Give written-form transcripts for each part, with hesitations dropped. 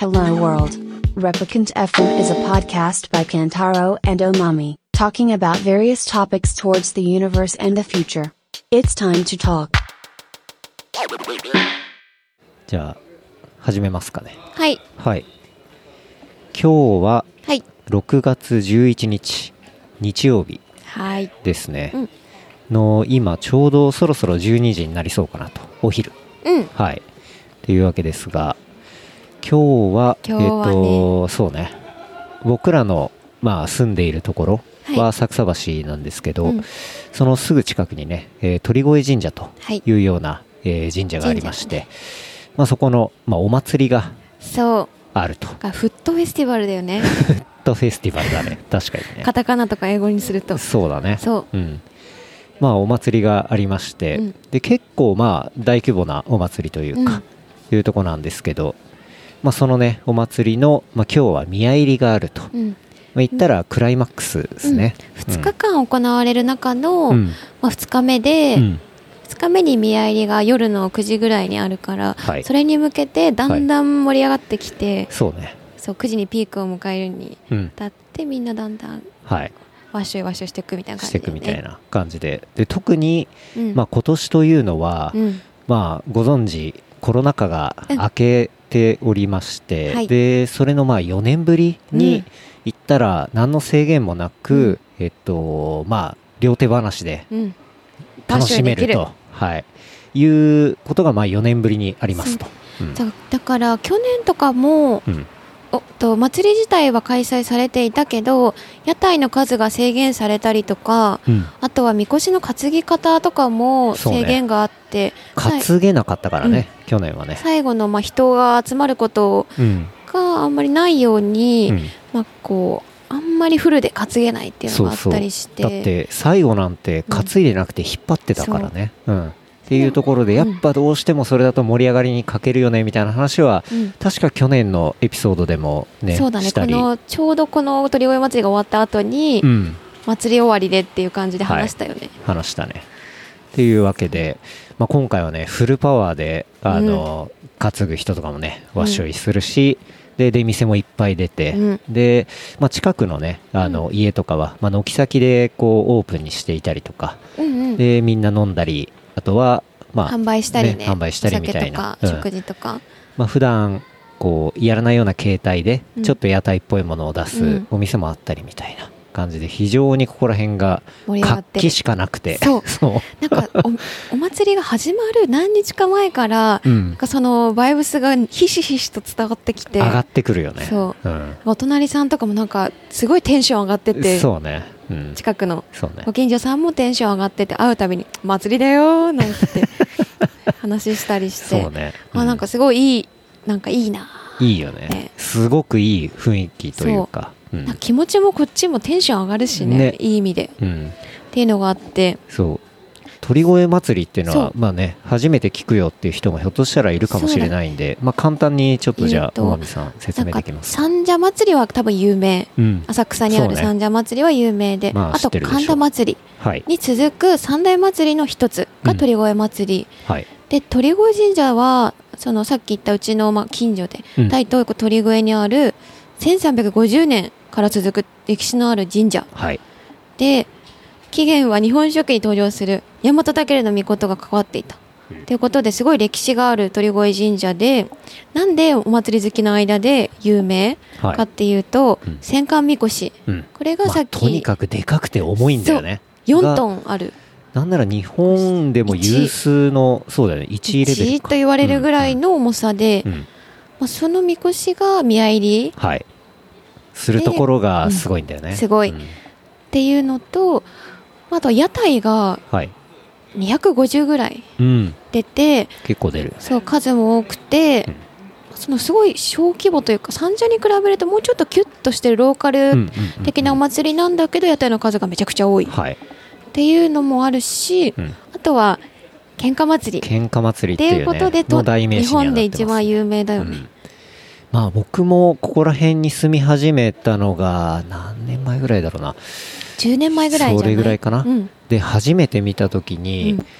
Hello World. Replicant FM is a podcast by Kantaro and Omami, talking about various topics towards the universe and the future. It's time to talk. じゃあ始めますかね。 はい。 はい。今日ははい。 6月11日日曜日はい。 ですね。 うんの今ちょうどそろそろ12時になりそうかなと、お昼。 うん。 はい。っていうわけですが、今日はねそうね。僕らの住んでいるところはは浅草橋なんですけど、 うんそのすぐ近くにね、鳥越神社というような、神社がありまして、そこの、お祭りがそう。 あると。 フットフェスティバルだよね。 フットフェスティバルだね。確かにね。 カタカナとか英語にすると。 そうだね。 そう。 うん。お祭りがありまして、 うん、 で結構大規模なお祭りというか、いうとこなんですけど、そのねお祭りの、今日は宮入りがあると、言ったらクライマックスですね、 2日間行われる中の、2日目で、2日目に宮入りが夜の9時ぐらいにあるから、それに向けてだんだん盛り上がってきて、 そうね、そう 9時にピークを迎えるにだって、みんなだんだんワッショイしていくみたいな感じで、 していくみたいな感じで、特に、今年というのは、ご存知コロナ禍が明けておりまして、でそれの4年ぶりに行ったら何の制限もなく、両手話で楽しめると、いうことが4年ぶりにありますと。 だから去年とかも、祭り自体は開催されていたけど屋台の数が制限されたりとか、あとはみこしの担ぎ方とかも制限があって、 担げなかったからね、去年はね。最後の人が集まることがあんまりないように、あんまりフルで担げないっていうのがあったりして、 だって最後なんて担いでなくて引っ張ってたからね、っていうところで、やっぱどうしてもそれだと盛り上がりに欠けるよねみたいな話は、確か去年のエピソードでもね、 そうだね、 したり、 ちょうどこの鳥越祭りが終わった後に、祭り終わりでっていう感じで話したよね、 話したね。っていうわけで、今回はねフルパワーで担ぐ人とかもねわっしょいするし、で出店もいっぱい出て、で、近くのね家とかは、軒先でオープンにしていたりとか、でみんな飲んだり、あとは、 販売したりね、 販売したりみたいな、 お酒とか食事とか、 普段やらないような形態でちょっと屋台っぽいものを出すお店もあったりみたいな感じで、非常にここら辺が活気しかなくて、 なんかお祭りが始まる何日か前から、そのバイブスがひしひしと伝わってきて上がってくるよね。 お隣さんとかもなんかすごいテンション上がってて、 そうね、 近くのご近所さんもテンション上がってて、会うたびに祭りだよなんて話したりして、なんかすごいいい、なんかいいな、 いいよね、すごくいい雰囲気というか、 気持ちもこっちもテンション上がるしね、いい意味で、っていうのがあって、 鳥越祭りっていうのは初めて聞くよっていう人もひょっとしたらいるかもしれないんで、簡単にちょっとじゃあ大上さん説明できますか。 三社祭りは多分有名、浅草にある三社祭りは有名で、あと神田祭りに続く三大祭りの一つが鳥越祭り、で鳥越神社はそのさっき言ったうちの近所で、大東横鳥越にある1350年から続く歴史のある神社、で起源は日本書紀に登場する大和武の命が関わっていたということで、すごい歴史がある鳥越神社で、なんでお祭り好きの間で有名かっていうと、戦艦みこし、これがさっき、 とにかくでかくて重いんだよね。 4トンある、 なんなら日本でも有数の、そうだよね、1レベル 1と言われるぐらいの重さで、そのみこしが宮入り、 するところがすごいんだよね。 すごい、っていうのと、あと屋台が250ぐらい出て、 結構出る、 数も多くて、そのすごい小規模というか、三社に比べるともうちょっとキュッとしてるローカル的なお祭りなんだけど、屋台の数がめちゃくちゃ多いっていうのもあるし、あとは喧嘩祭りっていうことで、日本で一番有名だよね。 僕もここら辺に住み始めたのが何年前ぐらいだろうな、 10年前ぐらいじゃない、 それぐらいかな、で初めて見た時に、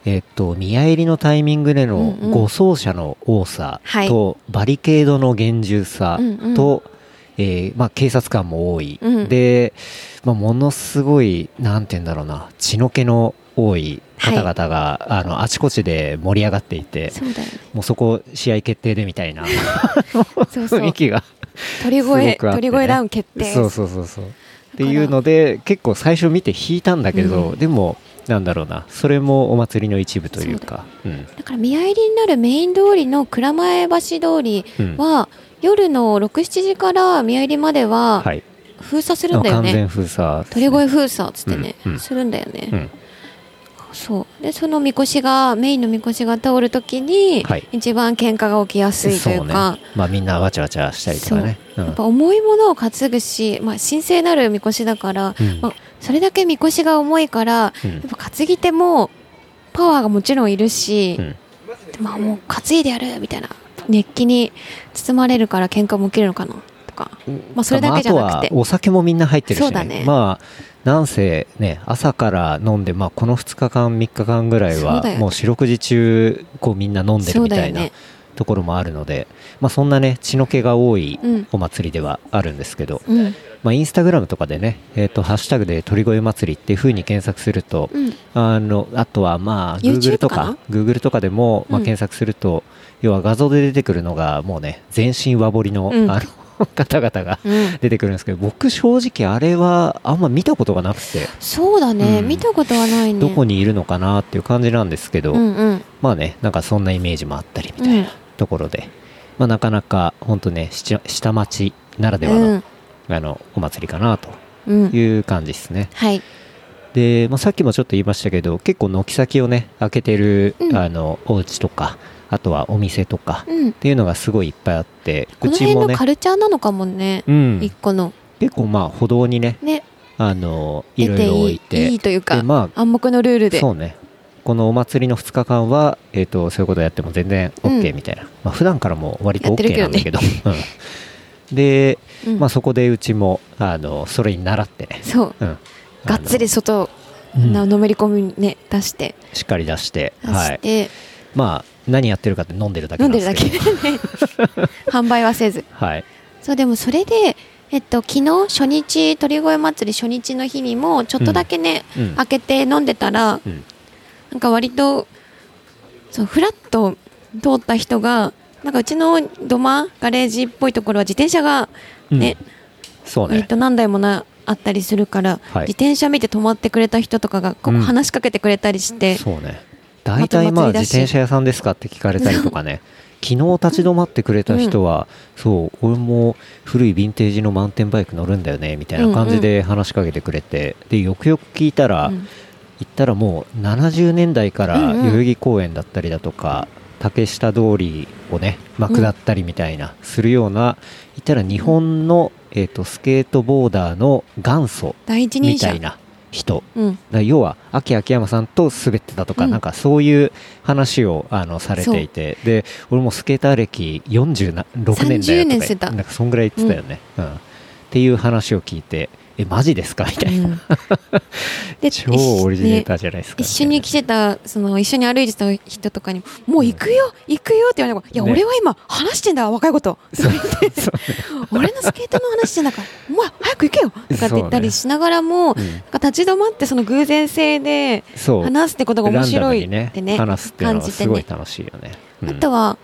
宮入りのタイミングでの護送車の多さと、バリケードの厳重さと、まあ、警察官も多い、で、まあ、ものすごいなんて言うんだろうな、血の気の多い方々が、あちこちで盛り上がっていて、 そうだよね、 もうそこ試合決定でみたいな雰囲気が鳥越ダウン決定、 そうっていうので結構最初見て引いたんだけど、でもなんだろうな、それもお祭りの一部というか、 だから宮入りになるメイン通りの蔵前橋通りは、夜の6、7時から宮入りまでは封鎖するんだよね、 完全封鎖、 鳥越封鎖っつってね、するんだよね、そうで、そのみこしがメインのみこしが通るときに、一番喧嘩が起きやすいというか、 まあ、みんなわちゃわちゃしたりとかね、 やっぱ重いものを担ぐし、まあ、神聖なるみこしだから、まあ、それだけみこしが重いから、やっぱ担ぎ手もパワーがもちろんいるし、まあ、もう担いでやるみたいな熱気に包まれるから喧嘩も起きるのかなとか、まあ、それだけじゃなくて、 あとはお酒もみんな入ってるし、 そうだね、 まあなんせね、朝から飲んで、まあ、この2日間3日間ぐらいはもう四六時中こうみんな飲んでるみたいなところもあるので、まあ、そんなね血の気が多いお祭りではあるんですけど、まあ、インスタグラムとかでね、ハッシュタグで鳥越祭りっていう風に検索すると、あとはまあ Google とかでもまあ検索すると、要は画像で出てくるのがもうね全身和彫りの、方々が出てくるんですけど、僕正直あれはあんま見たことがなくて、 そうだね、見たことはないね、 どこにいるのかなっていう感じなんですけど、まあね、なんかそんなイメージもあったりみたいなところで、まあ、なかなか本当ね下町ならではの、お祭りかなという感じですね、で、まあ、さっきもちょっと言いましたけど、結構軒先をね開けてる、お家とか、あとはお店とかっていうのがすごいいっぱいあって、 この辺のカルチャーなのかもね、一個の結構まあ歩道にねいろいろ置いていいというか、 まあ、 暗黙のルールで、 そうね、このお祭りの2日間は、そういうことやっても全然 OK みたいな、まあ、普段からも割と OK なんだけど、で、まあ、そこでうちもそれに倣ってね、 そう、がっつり外のめり込みね出してしっかり出して、まあ何やってるかって飲んでるだけなんですけど、 販売はせず、そうでもそれで、昨日初日鳥越祭り初日の日にもちょっとだけね、開けて飲んでたら、なんか割とそうフラッと通った人が、なんかうちの土間ガレージっぽいところは自転車がね、割と何台もあったりするから、自転車見て止まってくれた人とかがここ話しかけてくれたりして、 そうね、大体まあ自転車屋さんですかって聞かれたりとかね昨日立ち止まってくれた人は、そう俺も古いヴィンテージのマウンテンバイク乗るんだよねみたいな感じで話しかけてくれて、でよくよく聞いたら、行ったらもう70年代から代々木公園だったりだとか、竹下通りをね、まあ、下ったりみたいな、するような、言ったら日本の、スケートボーダーの元祖みたいな人、要は秋山さんと滑ってたとか、なんかそういう話をされていて、で俺もスケーター歴46年だよとか、なんかそんぐらい言ってたよね、っていう話を聞いて、マジですかみたいな、で超オリジネーターじゃないですか、 一緒に来てた一緒に歩いてた人とかにもう行くよって言われて、いや、俺は今話してんだ若い子と俺のスケートの話してんだからもう早く行けよとかって言ったりしながらも、立ち止まってその偶然性で話すってことが面白いってね、 話すっていうのはすごい楽しいよね、 あとは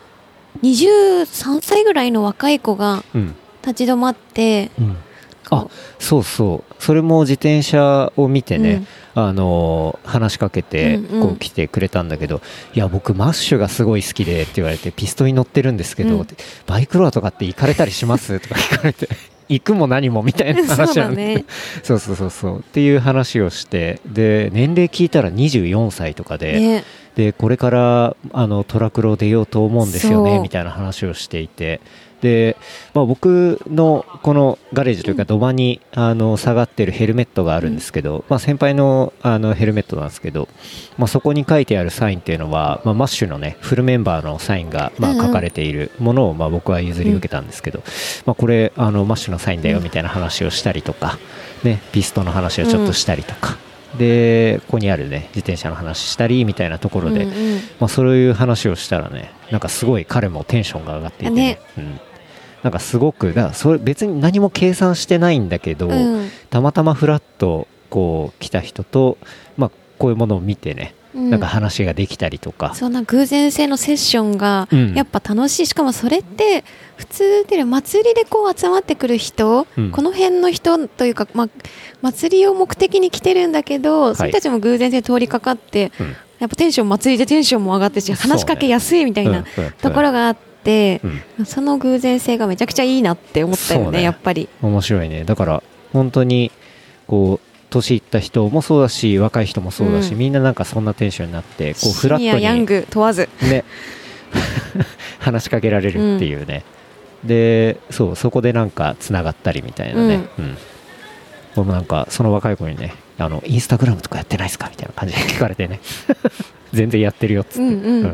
23歳ぐらいの若い子が立ち止まって、 そうそれも自転車を見てね、話しかけてこう来てくれたんだけど、いや僕マッシュがすごい好きでって言われて、ピストに乗ってるんですけど、バイクロアとかって行かれたりしますとか聞かれて行くも何もみたいな話なんでそうっていう話をして、で年齢聞いたら24歳とかで、でこれからトラクロ出ようと思うんですよねみたいな話をしていて、で、まあ、僕のこのガレージというか土間に下がってるヘルメットがあるんですけど、まあ、先輩のヘルメットなんですけど、まあ、そこに書いてあるサインっていうのは、まあ、マッシュのねフルメンバーのサインがまあ書かれているものをまあ僕は譲り受けたんですけど、まあ、これマッシュのサインだよみたいな話をしたりとか、ね、ピストの話をちょっとしたりとか、 でここにあるね自転車の話したりみたいなところで、まあ、そういう話をしたらねなんかすごい彼もテンションが上がっていてね、なんかすごくだからそれ別に何も計算してないんだけど、たまたまフラッとこう来た人と、まあ、こういうものを見てねなんか話ができたりとか、 そんな偶然性のセッションがやっぱ楽しい、しかもそれって普通で祭りでこう集まってくる人、この辺の人というか、まあ、祭りを目的に来てるんだけど、それたちも偶然性通りかかって、やっぱテンション祭りでテンションも上がってし、話しかけやすいみたいなところがあって、その偶然性がめちゃくちゃいいなって思ったよね、やっぱり面白いね。だから本当にこう年いった人もそうだし若い人もそうだし、みんななんかそんなテンションになってこうフラットにシニアヤング問わずね話しかけられるっていうね、でそこでなんかつながったりみたいなね、僕もなんかその若い子にねインスタグラムとかやってないですかみたいな感じで聞かれてね全然やってるよっつって、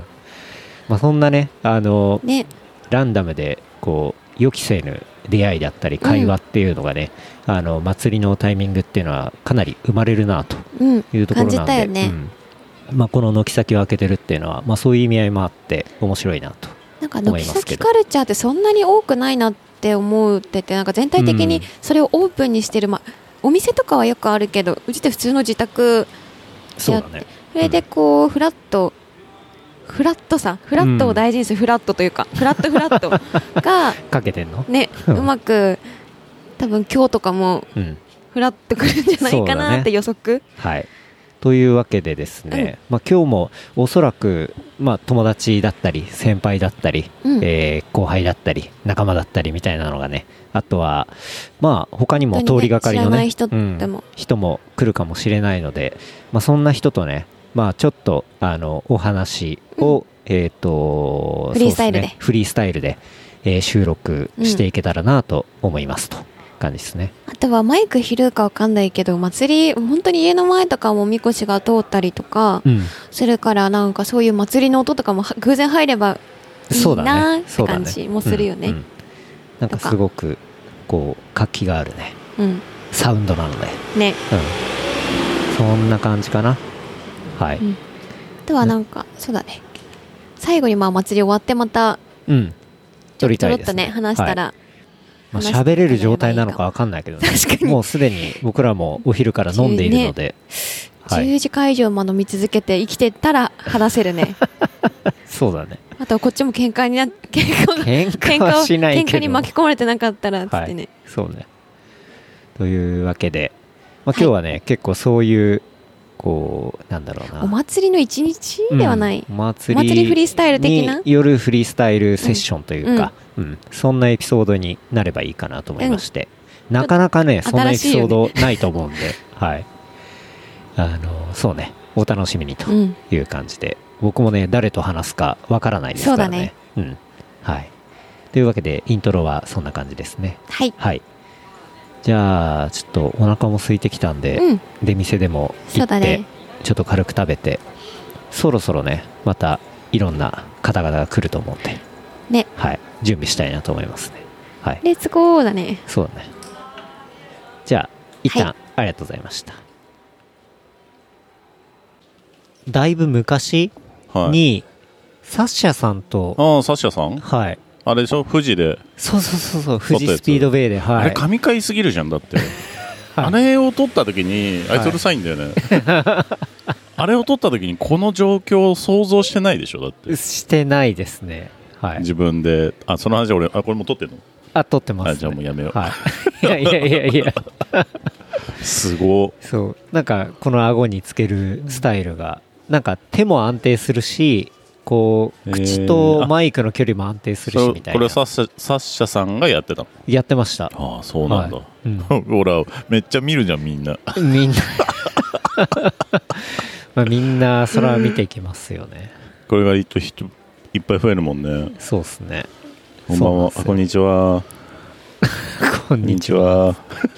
まあ、そんなねランダムでこう予期せぬ出会いだったり会話っていうのがね、祭りのタイミングっていうのはかなり生まれるなというところなんで、 感じたよね。 まあ、この軒先を開けてるっていうのは、まあ、そういう意味合いもあって面白いなと思いますけど、 なんか軒先カルチャーってそんなに多くないなって思ってて、なんか全体的にそれをオープンにしてる、まあ、お店とかはよくあるけどうちって普通の自宅そうだね、 それでこうフラットを大事にするフラットというか、フラットがかけてんのね、うまく多分今日とかもフラッとくるんじゃないかなって予測、 はい。というわけでですね、まあ、今日もおそらく、まあ、友達だったり先輩だったり、後輩だったり仲間だったりみたいなのがね、あとはまあ他にも通りがかりのね、 人も来るかもしれないので、まあ、そんな人とね、まあ、ちょっとお話を、フリースタイルで、収録していけたらなと思いますと感じですね。 あとはマイク拾うかわかんないけど、祭り本当に家の前とかもみこしが通ったりとかするから、なんかそういう祭りの音とかも偶然入ればいいなって感じもするよね。 なんかすごくこう活気があるね、サウンドなのでね、 そんな感じかな。はい。 あとはなんかそうだね、最後にまあ祭り終わってまたちょろっとね話したら、 まあ、喋れる状態なのか分かんないけどね、もうすでに僕らもお昼から飲んでいるので、 10時会場も飲み続けて生きてたら話せるねそうだね。 あとこっちも喧嘩はしないけど、 喧嘩に巻き込まれてなかったらつってね、 そうね。というわけで、まあ、今日はね、結構そういうこうなんだろうな、 お祭りの一日ではない、 お祭りフリースタイル的な夜フリースタイルセッションというか、そんなエピソードになればいいかなと思いまして、なかなかねそんなエピソードないと思うんで、はい、そうね、お楽しみにという感じで、僕もね誰と話すかわからないですからね。はい。というわけでイントロはそんな感じですね。 はい。 はい。じゃあちょっとお腹も空いてきたんで、出店でも行って、ちょっと軽く食べて、そろそろねまたいろんな方々が来ると思うんで、 ね、 はい、準備したいなと思いますね。はい。 レッツゴーだね。 そうだね。じゃあ一旦、ありがとうございました。だいぶ昔に、サッシャさんと、 サッシャさん、 はい、 あれでしょ、富士で、 そう富士スピードウェイで、はい、 あれ神回すぎるじゃん。だってあれを撮った時にあいつうるさいんだよね、あれを撮った時にこの状況を想像してないでしょ。だってしてないですね。はい、 自分でその話俺これも撮ってんの？ 撮ってます、ね。 じゃあもうやめよう。 はい、いやすごい。 そう、なんかこの顎につけるスタイルがなんか手も安定するし、こう口とマイクの距離も安定するしみたいな。 これサッシャさんがやってたの？ やってました。 ああ、そうなんだ。ほらめっちゃ見るじゃんみんなまあみんなそれは見ていきますよね。 これがいっぱい増えるもんね。 そうですね。 こんばんは。こんにちは。 こんにちは。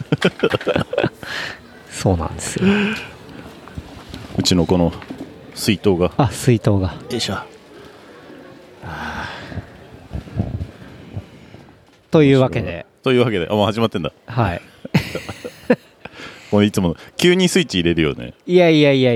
そうなんですよ。 うちのこの水筒が。 水筒が。 よいしょ。 というわけで。 もう始まってんだ。 はい。 もういつも急にスイッチ入れるよね。 いや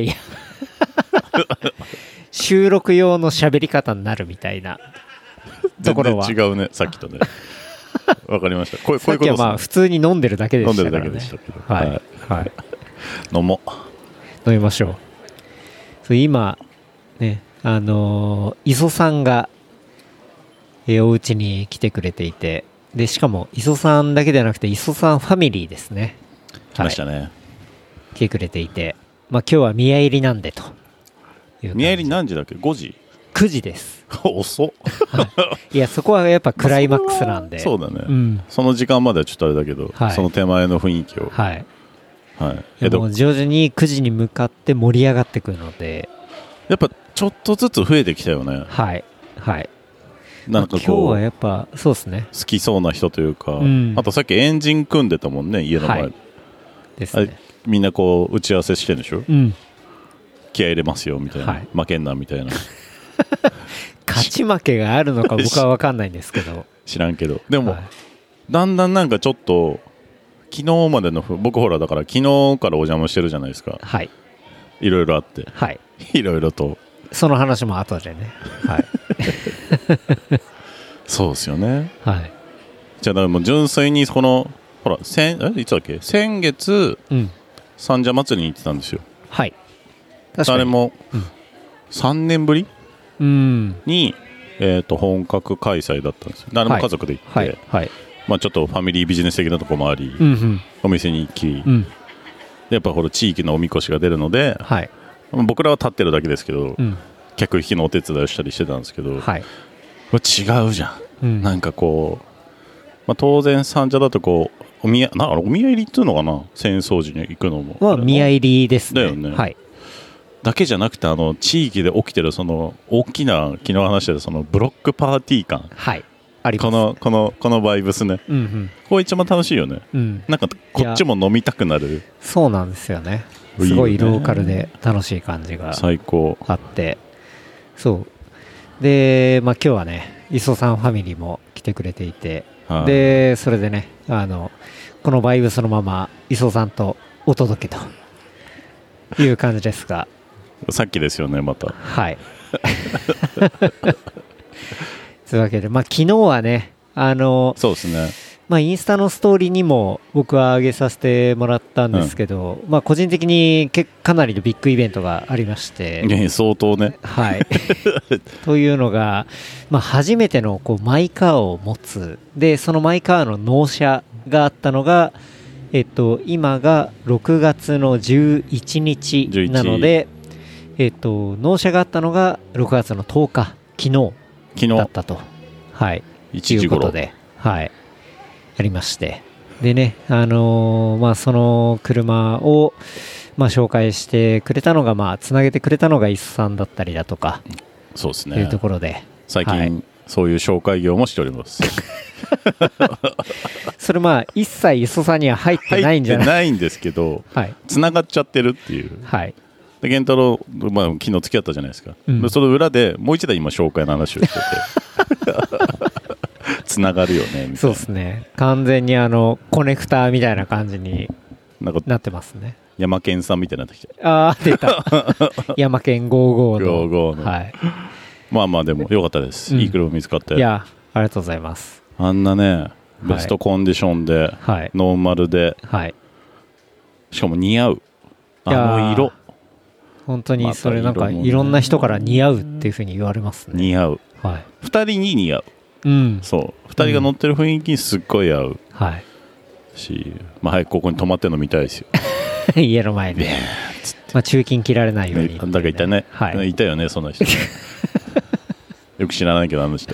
収録用の喋り方になるみたいなところは全然違うね、さっきとね。わかりました。こういうことですね。 さっきはまあ普通に飲んでるだけでしたからね。 飲んでるだけでしたけど。 はいはい。 飲もう。飲みましょう。そう今ね、磯さんがお家に来てくれていて、でしかも磯さんだけではなくて磯さんファミリーですね。 来ましたね。はい、 来てくれていて、まあ今日は宮入りなんでという。 宮入り何時だっけ？5時 ？9時です。 遅っ、 はい、いやそこはやっぱクライマックスなんで、 そうだね、うん、その時間まではちょっとあれだけど、はい、その手前の雰囲気を、 はいはい、 もう徐々に9時に向かって盛り上がってくるので、 やっぱちょっとずつ増えてきたよね。 はいはいなんかこう、 今日はやっぱそうですね、 好きそうな人というか、うん、あとさっきエンジン組んでたもんね、家の前、はい、 ですね、 みんなこう打ち合わせしてるんでしょ、 うん、 気合い入れますよみたいな、はい、負けんなみたいな勝ち負けがあるのか僕は分かんないんですけど知らんけど、でも、はい、だんだんなんかちょっと昨日までの僕ほらだから昨日からお邪魔してるじゃないですか、 はい、 いろいろあって、 はい、 いろいろとその話も後でね、はいそうですよね、 はい、 じゃあだからもう純粋にこのほらいつだっけ、先月、うん、三社祭りに行ってたんですよ。 はい、 あれも、うん、3年ぶり、 うん、 に、本格開催だったんですよ。誰も家族で行って、 はいはいはい、 まあ、ちょっとファミリービジネス的なところもあり、 うんうん、 お店に行き、 うん、 やっぱほら地域のおみこしが出るので、 はい、 僕らは立ってるだけですけど、 うん、 客引きのお手伝いをしたりしてたんですけど、 はい、 これ違うじゃん、 うん、 なんかこう、まあ、当然三社だとこうお宮入りっていうのかな、浅草寺に行くのもは宮入りですね。 だよね、 はい、 だけじゃなくて地域で起きてるその大きな昨日話してたそのブロックパーティー感、 はい、あります。 このバイブスね、 うんうん、 これ一番楽しいよね、 うん、 なんかこっちも飲みたくなる。 そうなんですよね、すごいローカルで楽しい感じが最高あって、そうで、まあ、今日はね磯さんファミリーも来てくれていて、はい、でそれでねこのバイブそのまま磯さんとお届けという感じですがさっきですよねまた、 はいというわけで、まあ、昨日はねそうですね、 まあ、インスタのストーリーにも僕は上げさせてもらったんですけど、まあ、個人的にかなりのビッグイベントがありまして、 相当ね、 はいというのが、まあ、初めてのマイカーを持つで、そのマイカーの納車があったのが、今が6月の11日なので、納車があったのが6月の10日昨日だったと、はい、 1時頃ということで、はい、ありまして、でね、まあ、その車を、まあ、紹介してくれたのが、まあ、つなげてくれたのが磯さんだったりだとか、 そうですね、 というところで最近、はい、そういう紹介業もしておりますそれまあ一切磯さんには入ってないんじゃない？ 入ってないんですけど、はい、つながっちゃってるっていう、 はい、 で源太郎、まあ、昨日付き合ったじゃないですか、うん、その裏でもう一台今紹介の話をしててつながるよねみたいな。 そうですね、完全にコネクターみたいな感じになってますね。 山健さんみたいになってきて、 ああ出た山健55の 55の、はい、まあまあでもよかったです、うん、いい車見つかって。 いやありがとうございます。 あんなねベストコンディションで、はい、ノーマルで、はい、しかも似合う色、 本当にそれなんかいろんな人から似合うっていう風に言われますね。 似合う、はい、2人に似合う、うん、そう2人が乗ってる雰囲気にすっごい合う、うん、はい、し、まあ、早くここに泊まってるの見たいですよ家の前で、まあ、中金切られないように、ね、 だからいたね、はい、いたよねそんな人よく知らないけど人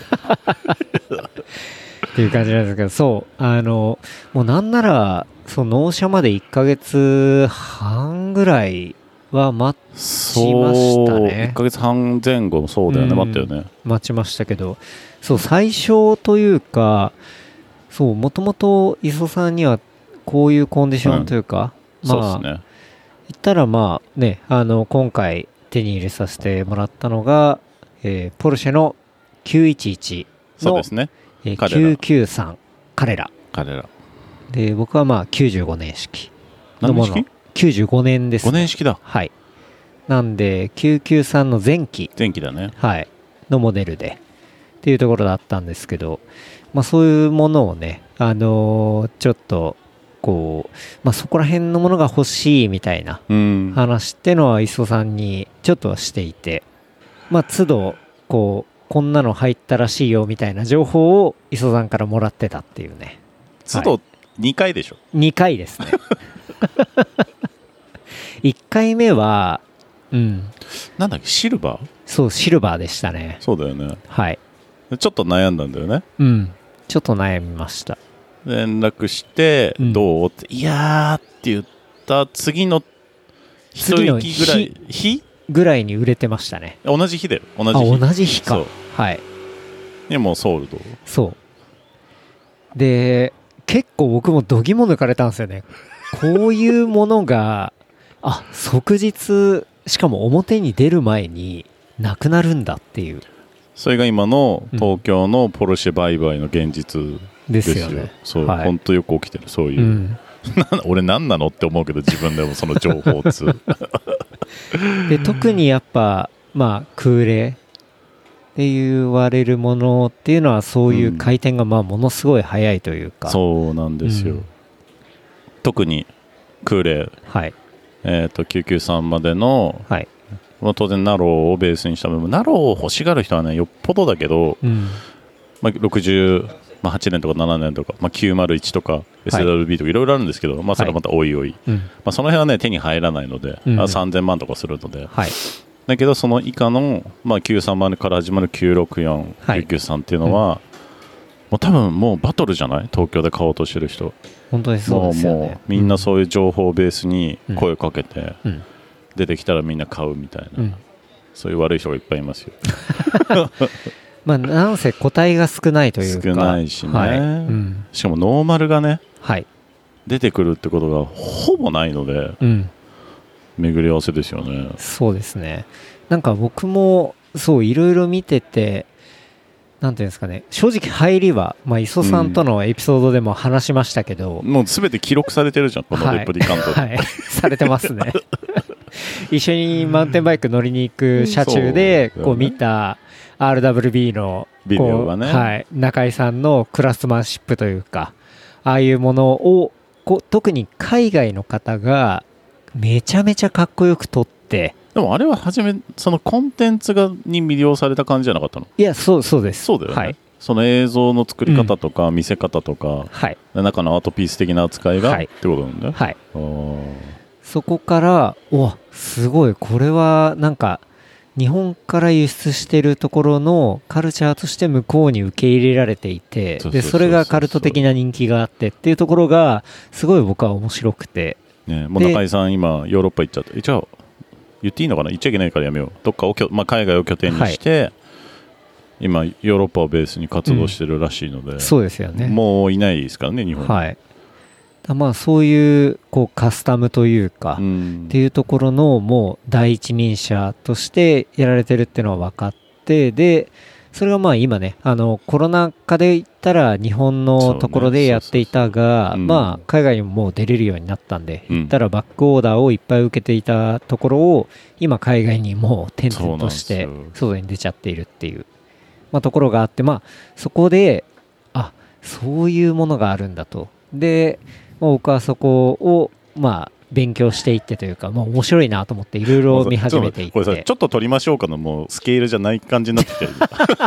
っていう感じなんですけど、そうもうなんならその納車まで1ヶ月半ぐらいは待ちましたね。 1ヶ月半前後そうだよね、待ったよね。 待ちましたけど、そう最初というか、そうもともと磯さんにはこういうコンディションというか、 うん、まあ、そうですね、 言ったらまあね、今回手に入れさせてもらったのが、ポルシェの911の、 そうですね、 993彼らで、 僕はまあ95年式のもの。95年ですね。 5年式だ。 はい。なんで993の前期だね。 はい。のモデルでっていうところだったんですけど、まあそういうものをね、ちょっとこう、まあそこら辺のものが欲しいみたいな話ってのは磯さんにちょっとしていて、まあ都度こんなの入ったらしいよみたいな情報を磯さんからもらってたっていうね。 都度2回でしょ。 2回ですね。1回目は、 なんだっけ、シルバー？ そう、シルバーでしたね。 そうだよね。 はい。 ちょっと悩んだんだよね。 ちょっと悩みました。 連絡して、どうって、いやーって言った次の一息ぐらい、日ぐらいに売れてましたね。 同じ日だよ。同じ日か。はい。 でもうソールド。 そう。で、結構僕も度肝抜かれたんですよね。こういうものが、即日、しかも表に出る前になくなるんだっていう。 それが今の東京のポルシェ売買の現実ですよ。そう、本当よく起きてる、そういう。俺何なのって思うけど、自分でもその情報通。 で、特にやっぱ、まあ、空冷って言われるものっていうのは、そういう回転がまあものすごい速いというか。 そうなんですよ。特に空冷。 はい。 993までの、 はい。 当然ナローをベースにした部分、ナローを欲しがる人はね、よっぽどだけど、まあ、68年とか7年とか、まあ、901とか SWB とかいろいろあるんですけど、まあ、それはまたおいおい、まあ、その辺はね手に入らないので、3000万とかするので、だけどその以下の、まあ、930から始まる964、993っていうのは、もう多分もうバトルじゃない？東京で買おうとしてる人。 本当にそうですよね。もうみんなそういう情報をベースに声をかけて、出てきたらみんな買うみたいな、そういう悪い人がいっぱいいますよ。 まあなんせ個体が少ないというか、 少ないしね、しかもノーマルがね、出てくるってことがほぼないので、巡り合わせですよね。 そうですね。なんか僕もそういろいろ見てて、なんていうんですかね、正直入りは、まあ、磯さんとのエピソードでも話しましたけど、 もうすべて記録されてるじゃん、このレプリカントで、 されてますね。一緒にマウンテンバイク乗りに行く車中でこう見た RWB のビデオがね、 中井さんのクラフトマンシップというか、ああいうものを特に海外の方がめちゃめちゃかっこよく撮って。 でもあれは初めそのコンテンツに魅了された感じじゃなかったの？ いや、そうです。 そうだよね。その映像の作り方とか見せ方とか、中のアートピース的な扱いが、ってことなんだよ。そこからすごい、これはなんか日本から輸出してるところのカルチャーとして向こうに受け入れられていて、でそれがカルト的な人気があってっていうところがすごい僕は面白くて、 もう中井さん今ヨーロッパ行っちゃって、一応言っていいのかな、言っちゃいけないからやめよう。どっかを海外を拠点にして、今ヨーロッパをベースに活動してるらしいので、 そうですよね。 もういないですからね、日本に。 まあそういうカスタムというか、っていうところのもう第一人者としてやられてるっていうのは分かって、でそれがまあ今ね、コロナ禍で言ったら日本のところでやっていたが、まあ海外にももう出れるようになったんで、言ったらバックオーダーをいっぱい受けていたところを今海外にもう転々として外に出ちゃっているっていう、まあ、ところがあって、まあそこでそういうものがあるんだと。で僕はそこをまあ勉強していってというか、まあ、面白いなと思っていろいろ見始めていって、 これさちょっと撮りましょうかのもうスケールじゃない感じになってきてる。も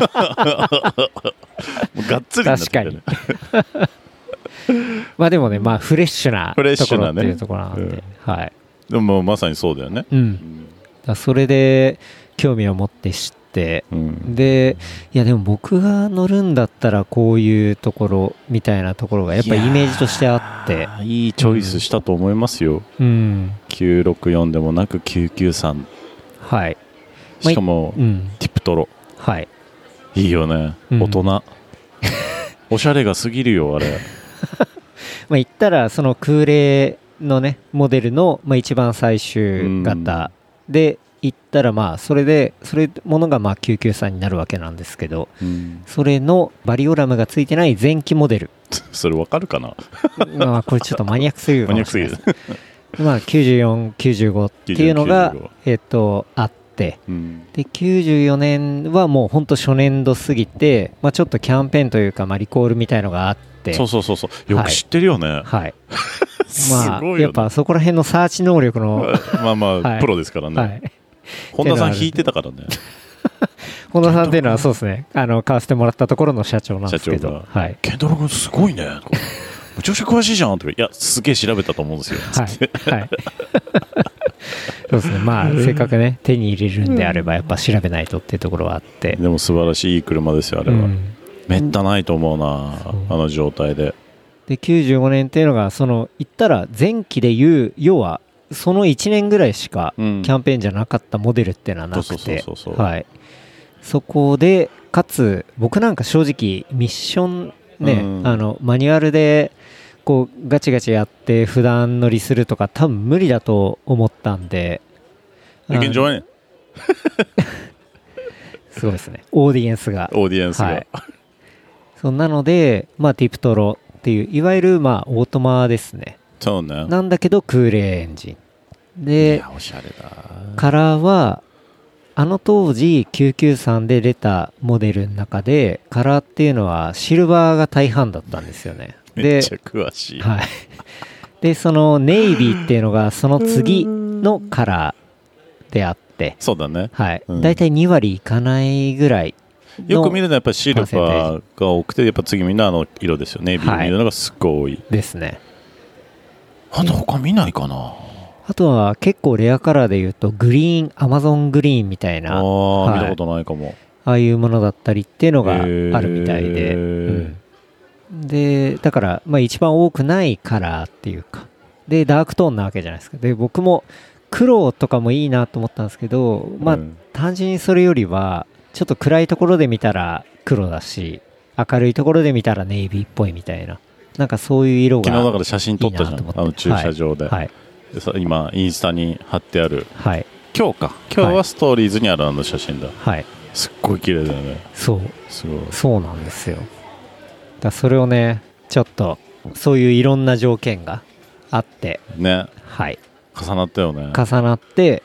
うがっつりになってきてる。 確かに。まあでもね、まあフレッシュなところっていうところなんで、 でもまさにそうだよね。 それで興味を持って知って、でいやでも僕が乗るんだったらこういうところみたいなところがやっぱりイメージとしてあって、 いいチョイスしたと思いますよ。964でもなく993、しかも、ティプトロ、いいよね、大人、おしゃれが過ぎるよあれ。 まあ言ったらその空冷のねモデルの、まあ、一番最終型で言ったら、まあそれものがまあ993になるわけなんですけど、それのバリオラムがついてない前期モデル。 それわかるかな。 まあこれちょっとマニアックすぎるかもしれないです。 まあ94、95っていうのがあって、で94年はもう本当初年度過ぎて、まあちょっとキャンペーンというかまあリコールみたいのがあって、 そうよく知ってるよね。 はい。まあやっぱそこら辺のサーチ能力のまあプロですからね。本田さん引いてたからね。 本田さんっていうのはそうですね、買わせてもらったところの社長なんですけど、 ケンタロウ君すごいねとか、むちゃくちゃ詳しいじゃんとか、いやすげえ調べたと思うんですよ。はいそうですね、まあせっかくね手に入れるんであればやっぱ調べないとっていうところはあって、 でも素晴らしいいい車ですよあれは。めったないと思うな、あの状態で。 で95年っていうのがその言ったら前期でいう要はその1年ぐらいしかキャンペーンじゃなかったモデルっていうのはなくて、そこでかつ僕なんか正直ミッションね、マニュアルでこうガチガチやって普段乗りするとか多分無理だと思ったんで、 現状はねすごいですね、オーディエンスが、そんなのでまあティプトロっていういわゆるまあオートマですね。 そうね。 なんだけど空冷エンジンで、 いやおしゃれだ。 カラーはあの当時993で出たモデルの中でカラーっていうのはシルバーが大半だったんですよね。 めっちゃ詳しい。 はい。でそのネイビーっていうのがその次のカラーであって、 そうだね。 はい。だいたい2割いかないぐらい。 よく見るのはやっぱりシルバーが多くて、やっぱ次みんな色ですよね。ネイビー見るのがすっごい多い。 ですね。 あと他見ないかな。 あとは結構レアカラーでいうとグリーン、アマゾングリーンみたいな、 見たことないかも。 ああいうものだったりっていうのがあるみたいで、でだからまあ一番多くないカラーっていうかでダークトーンなわけじゃないですか。で僕も黒とかもいいなと思ったんですけど、まあ単純にそれよりはちょっと暗いところで見たら黒だし、明るいところで見たらネイビーっぽいみたいな、なんかそういう色が昨日だから写真撮ったじゃん、あの駐車場で、今インスタに貼ってある、今日はストーリーズにあるあの写真だ。すっごい綺麗だよね。そうなんですよ。だそれをねちょっとそういういろんな条件があってね、重なったよね。 重なって、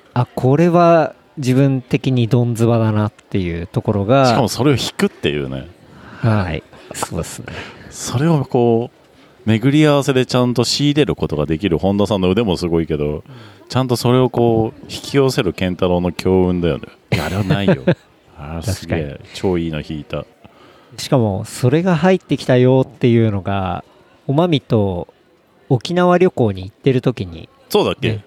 あこれは自分的にドンズバだなっていうところが、 しかもそれを引くっていうね。 そうですね。 それをこう巡り合わせでちゃんと仕入れることができる本田さんの腕もすごいけど、ちゃんとそれをこう引き寄せる健太郎の強運だよね。あれはないよ。すげえ超いいの引いた。 しかもそれが入ってきたよっていうのがおまみと沖縄旅行に行ってる時に、 そうだっけ、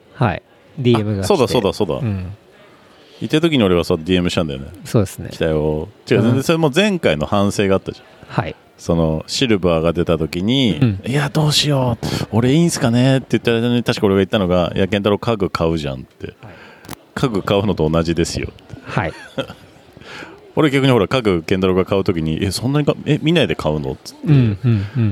DM が来て、 そうだ、行ってる時に俺はさ DM したんだよね。 そうですね。 来たよ。違う、全然それも前回の反省があったじゃん。そのシルバーが出た時に、いやどうしよう俺いいんすかねって言ったら、ね、確か俺が言ったのが、いや健太郎家具買うじゃんって、家具買うのと同じですよって俺逆にほら家具健太郎が買う時にそんなに見ないで買うのっつって、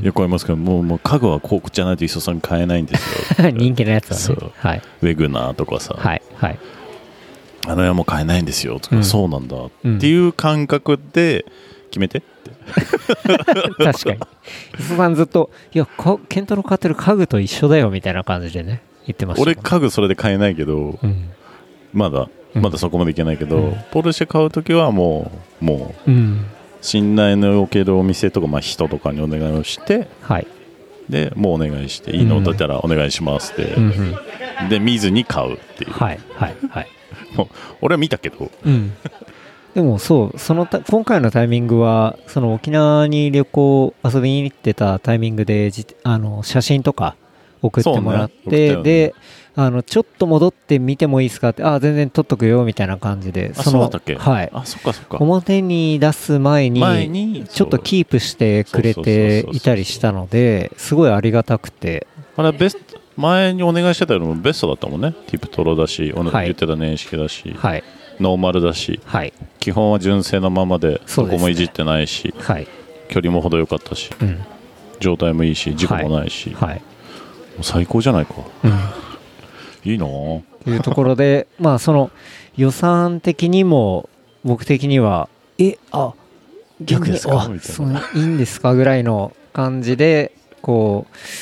よくありますけど、もう家具はこうじゃないと磯さん買えないんですよ人気のやつはね、 ウェグナーとかさ、あの世も買えないんですよとか、そうなんだっていう感覚で決めてって確かに磯さんずっといや健太郎買ってる家具と一緒だよみたいな感じでね言ってました、 俺家具それで買えないけど、まだそこまでいけないけど、ポルシェ買うときはもう、信頼のおけるお店とか、人とかにお願いをして、でもうお願いしていいのだったらお願いしますって、で見ずに買うっていう、もう俺は見たけど、 でも今回のタイミングはその沖縄に旅行遊びに行ってたタイミングで写真とか送ってもらって、でちょっと戻って見てもいいですかって、全然撮っとくよみたいな感じで、 そうだったっけ、そっか表に出す前にちょっとキープしてくれていたりしたので、すごいありがたくて、 あれ前にお願いしてたよりもベストだったもんね。ティプトロだし、言ってた年式だし、ノーマルだし、基本は純正のままでどこもいじってないし、距離も程よかったし、状態もいいし事故もないし、もう最高じゃないか、いいなというところでその予算的にも僕的には逆ですかみたいな、いいんですかぐらいの感じでこう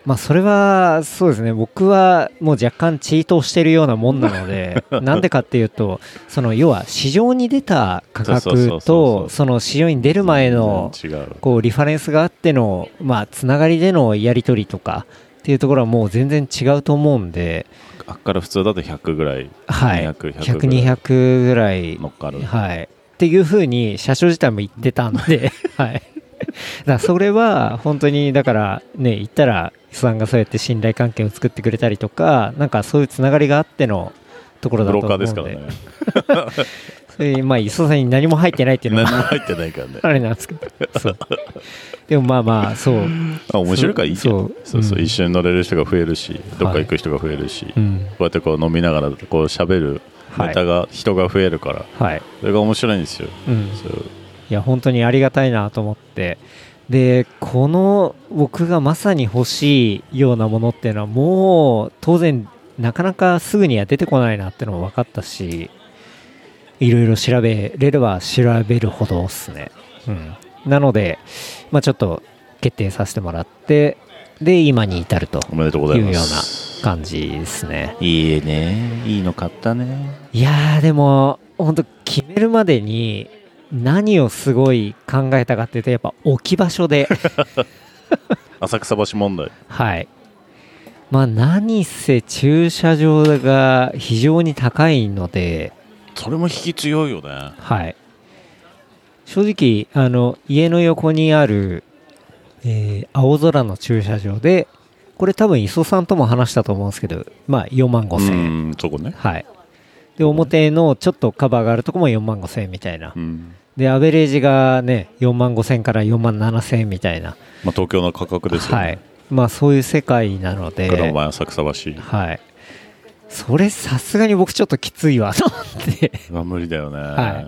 まあそれはそうですね、僕はもう若干チートしてるようなもんなのでなんでかっていうと、その要は市場に出た価格とその市場に出る前のこうリファレンスがあってのまあつながりでのやり取りとかっていうところはもう全然違うと思うんで、 あっから普通だと100ぐらい、 はい、100、200ぐらい乗っかる、 はい、っていう風に社長自体も言ってたんではい、だからそれは本当にだからね、言ったら磯さんがそうやって信頼関係を作ってくれたりとか、なんかそういうつながりがあってのところだと思うので、 ブローカーですからねそれまあ磯さんに何も入ってないっていうのは何も入ってないからねあれなんですけど、そうでもまあまあそう面白いからいいじゃん。そうそう、一緒に乗れる人が増えるし、どっか行く人が増えるし、こうやってこう飲みながらこう喋るネタが、人が増えるから、はい、それが面白いんですよ、そういや本当にありがたいなと思って、でこの僕がまさに欲しいようなものっていうのはもう当然なかなかすぐには出てこないなっていうのも分かったし、いろいろ調べれれば調べるほどですね、なので、まあ、ちょっと決定させてもらって、で今に至るというような感じですね。 いいね、いいの買ったね。 いやーでも本当決めるまでに何をすごい考えたかっていうと、やっぱ置き場所で浅草橋問題、 はい、まあ何せ駐車場が非常に高いので、 それも引き強いよね。 はい、正直家の横にある、青空の駐車場で、これ多分磯さんとも話したと思うんですけど、まあ4万5千円、 そこね、 はい、で表のちょっとカバーがあるとこも4万5千円みたいな、でアベレージがね4万5千から4万7千円みたいな、 まあ、東京の価格ですよね、 はい、まあそういう世界なので、 黒前浅草橋、 はい、それさすがに僕ちょっときついわと思って無理だよね、 はい、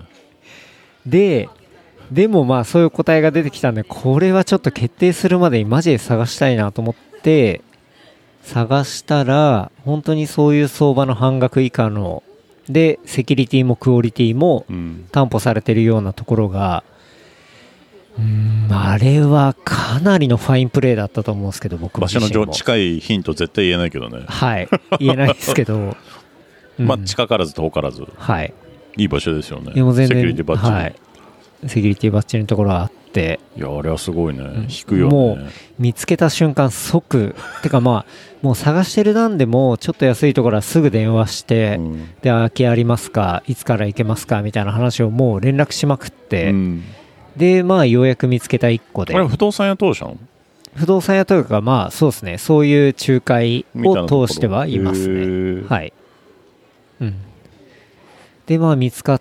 でもまあそういう答えが出てきたんで、これはちょっと決定するまでにマジで探したいなと思って探したら、本当にそういう相場の半額以下のでセキュリティもクオリティも担保されているようなところが、あれはかなりのファインプレーだったと思うんですけど、僕も場所の近いヒント絶対言えないけどね、 はい言えないですけどまあ近からず遠からず、 はい、 いい場所ですよね。 でも全然セキュリティバッチリ、 はい、セキュリティバッチリのところがあって、 いやあれはすごいね、引くよね。 もう見つけた瞬間即てか、まあもう探してる段でもちょっと安いところはすぐ電話して、で空きありますか、いつから行けますかみたいな話をもう連絡しまくって、でまあようやく見つけた1個で、 あれ不動産屋通したの？ 不動産屋というか、まあそうですね、そういう仲介を通してはいますね。はい、でまあ見つかって、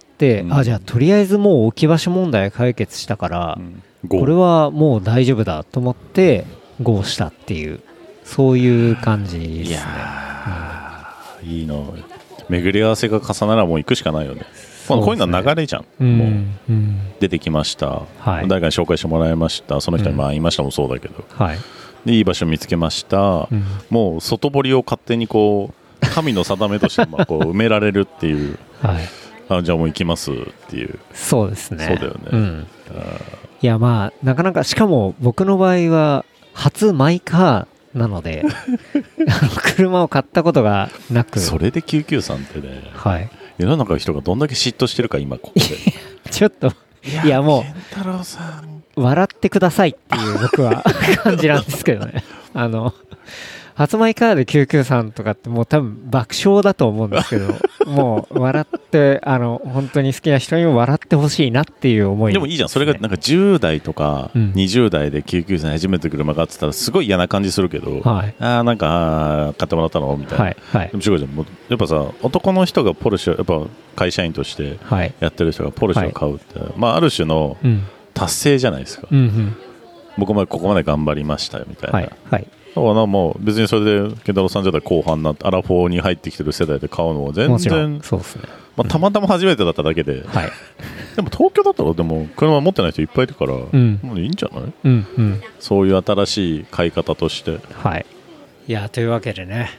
じゃあとりあえずもう置き場所問題解決したから、これはもう大丈夫だと思ってゴーしたっていう、そういう感じですね。いや、 いいの、巡り合わせが重ならもう行くしかないよね。こういうのは流れじゃん、もう出てきました、誰かに紹介してもらいました、その人に会いましたもそうだけど、でいい場所見つけました、もう外堀を勝手にこう神の定めとしてこう埋められるっていう、じゃあもう行きますっていう。 そうですね、 そうだよね、 いやまあなかなか、しかも僕の場合は初マイカーなので車を買ったことがなく、 それで993ってね、 はい、 世の中の人がどんだけ嫉妬してるか今ここでちょっといやもう健太郎さん笑ってくださいっていう僕は感じなんですけどね初マイカーで993とかってもう多分爆笑だと思うんですけどもう笑って本当に好きな人にも笑ってほしいなっていう思い、 でもいいじゃん、それがなんか10代とか20代で993初めて車買ってたらすごい嫌な感じするけど、なんか買ってもらったのみたいな、でも違うじゃん、もうやっぱさ、男の人がポルシェ、やっぱ会社員としてやってる人がポルシェを買うって、まあある種の達成じゃないですか、僕もここまで頑張りましたよみたいな、だからもう別にそれで健太郎さんじゃ後半になってアラフォーに入ってきてる世代で買うのは全然そうですね、 まあ、たまたま初めてだっただけで、でも東京だったらでも車持ってない人いっぱいいるから、もういいんじゃない、そういう新しい買い方として、 いやというわけでね、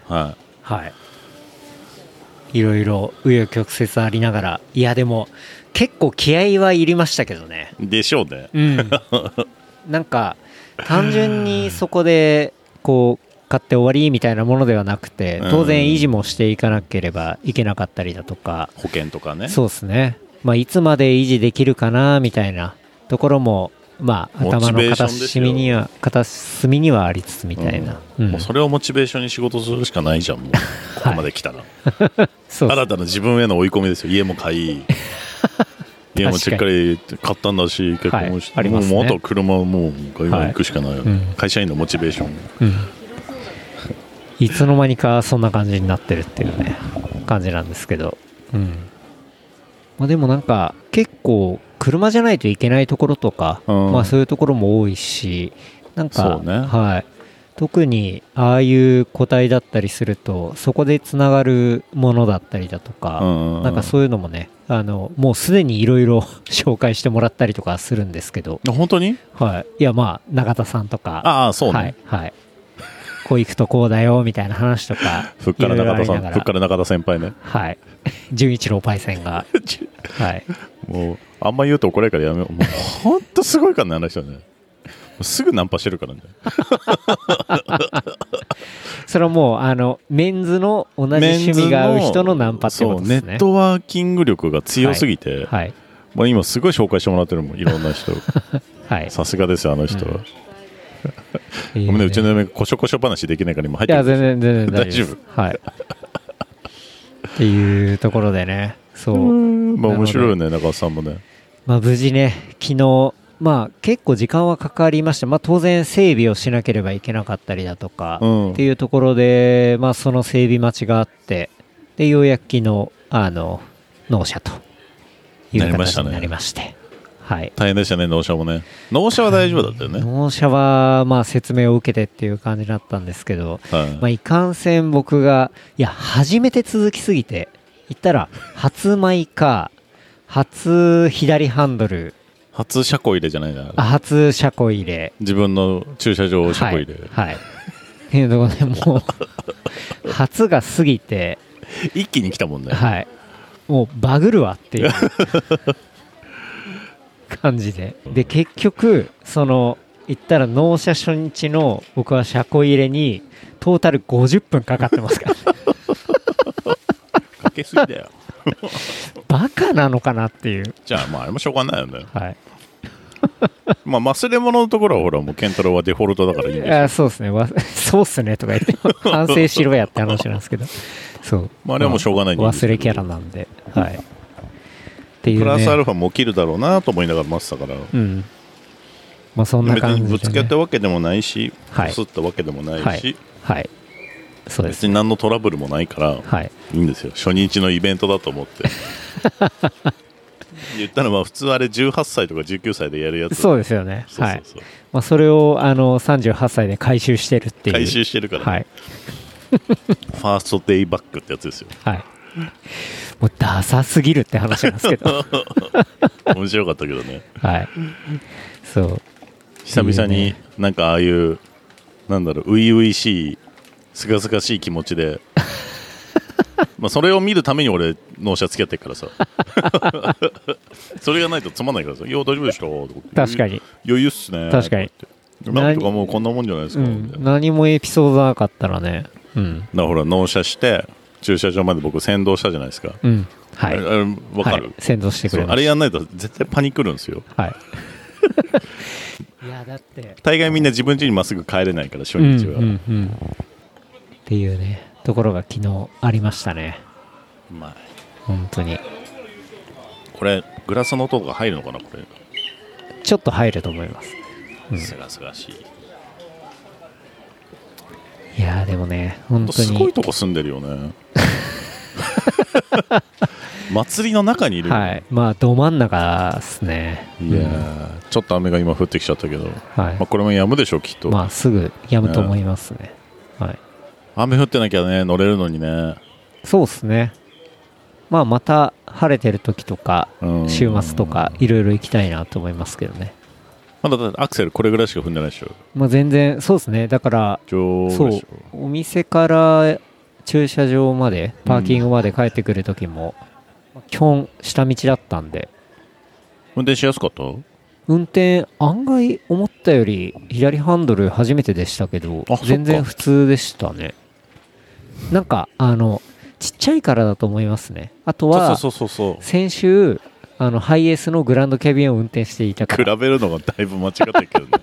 いろいろ紆余曲折ありながら、いやでも結構気合はいりましたけどね。 でしょうね、 なんか単純にそこでこう買って終わりみたいなものではなくて、当然維持もしていかなければいけなかったりだとか、 保険とかね。 そうですね、まあ、いつまで維持できるかなみたいなところも、まあ、頭の片隅にはありつつみたいな、 もうそれをモチベーションに仕事するしかないじゃん、もうここまで来たら、はい、新たな自分への追い込みですよ。家も買い家もしっかり買ったんだし、結婚して、はい、もうあとは車をもう買い物行くしかないよ、ね、会社員のモチベーション、 いつの間にかそんな感じになってるっていうね感じなんですけど、まあ、でもなんか結構車じゃないといけないところとか、まあ、そういうところも多いし、なんか、 そうね、 はい、特にああいう個体だったりするとそこでつながるものだったりだとか、なんかそういうのもね、もうすでにいろいろ紹介してもらったりとかするんですけど。 本当に？ はい。いや、まあ永田さんとか、 ああそうね、 はいはい、こう行くとこうだよみたいな話とかふっから中田さん、ふっから中田先輩ね、 はい純一郎パイセンがはいもうあんま言うと怒られるからやめよう。もうほんとすごいからね、あの人ね。すぐナンパしてるからねそれはもうメンズの同じ趣味が合う人のナンパってことですね。 そう、ネットワーキング力が強すぎて、はいはい、まあ、今すごい紹介してもらってるもん、いろんな人さすがですよ、あの人は、ごめんね、うちの嫁こしょこしょ話できないから今入ってる。 いや全然大丈夫はいっていうところでね、そう、 まあ面白いよね、中尾さんもね。 まあ無事ね、昨日まあ結構時間はかかりました。まあ当然整備をしなければいけなかったりだとか、っていうところで、まあその整備待ちがあって、でようやく昨日納車という形になりまして、はい、 大変でしたね、納車もね。納車は大丈夫だったよね。 納車はまあ説明を受けてっていう感じだったんですけど、はい、まあいかんせん僕が初めて続きすぎて、言ったら初前か初左ハンドル、 初車庫入れじゃないな。 初車庫入れ。 自分の駐車場車庫入れ。 はい。はい、っていうところでもう初が過ぎて一気に来たもんね。 はい。もうバグるわっていう感じで。で結局言ったら納車初日の僕は車庫入れにトータル50分かかってますからかけすぎだよバカなのかなっていう。 じゃあまああれもしょうがないよね。 はいまあ忘れ物のところはほらもうケンタロウはデフォルトだからいいんですよ。 そうですねそうっすねとか言って反省しろやって話なんですけど、そうまああれはもうしょうがないんで、 忘れキャラなんで、はいっていうね、 プラスアルファも起きるだろうなと思いながら待ってたから、 まあそんな感じで、ね、 別にぶつけたわけでもないし、こすったわけでもないし、 はい、そうです、 別に何のトラブルもないから、はい、いいんですよ。初日のイベントだと思って言ったらまあ普通あれ18歳とか19歳でやるやつ。 そうですよね。はい。まあそれを38歳で回収してるっていう。 回収してるから、ね。はい。ファーストデイバックってやつですよ。 はい。もうダサすぎるって話なんですけど。 面白かったけどね。 はい。そう。 久々になんかああいうなんだろう、初々しいすがすがしい気持ちで。まあそれを見るために俺納車付き合ってるからさそれがないとつまんないからさ、いや大丈夫でした確かに余裕っすね、 確かになんとかもうこんなもんじゃないですか、 何もエピソードなかったらね、 だからほら納車して駐車場まで僕先導したじゃないですか、 はい、 あれ分かる、 先導してくれました。 あれやんないと絶対パニクるんですよ。 はいいやだって大概みんな自分家にまっすぐ帰れないから初日は、 っていうねところが昨日ありましたね。 まあ本当にこれグラスの音が入るのかな。これちょっと入ると思います。 すがすがしい。いやでもね本当にすごいとこ住んでるよね祭りの中にいる、 はい、まあど真ん中ですね。 いや、ちょっと雨が今降ってきちゃったけど、まあ、これも止むでしょうきっと。 まあすぐ止むと思いますね。はい、 雨降ってなきゃね乗れるのにね。 そうですね。まあまた晴れてる時とか週末とかいろいろ行きたいなと思いますけどね。 まだアクセルこれぐらいしか踏んでないでしょ。 まあ全然そうですね。だからそうお店から駐車場までパーキングまで帰ってくる時も、基本下道だったんで。 運転しやすかった？ 運転案外思ったより左ハンドル初めてでしたけど、全然普通でしたね。なんかちっちゃいからだと思いますね。あとは先週ハイエースのグランドキャビンを運転していたから。 比べるのがだいぶ間違ってるけどね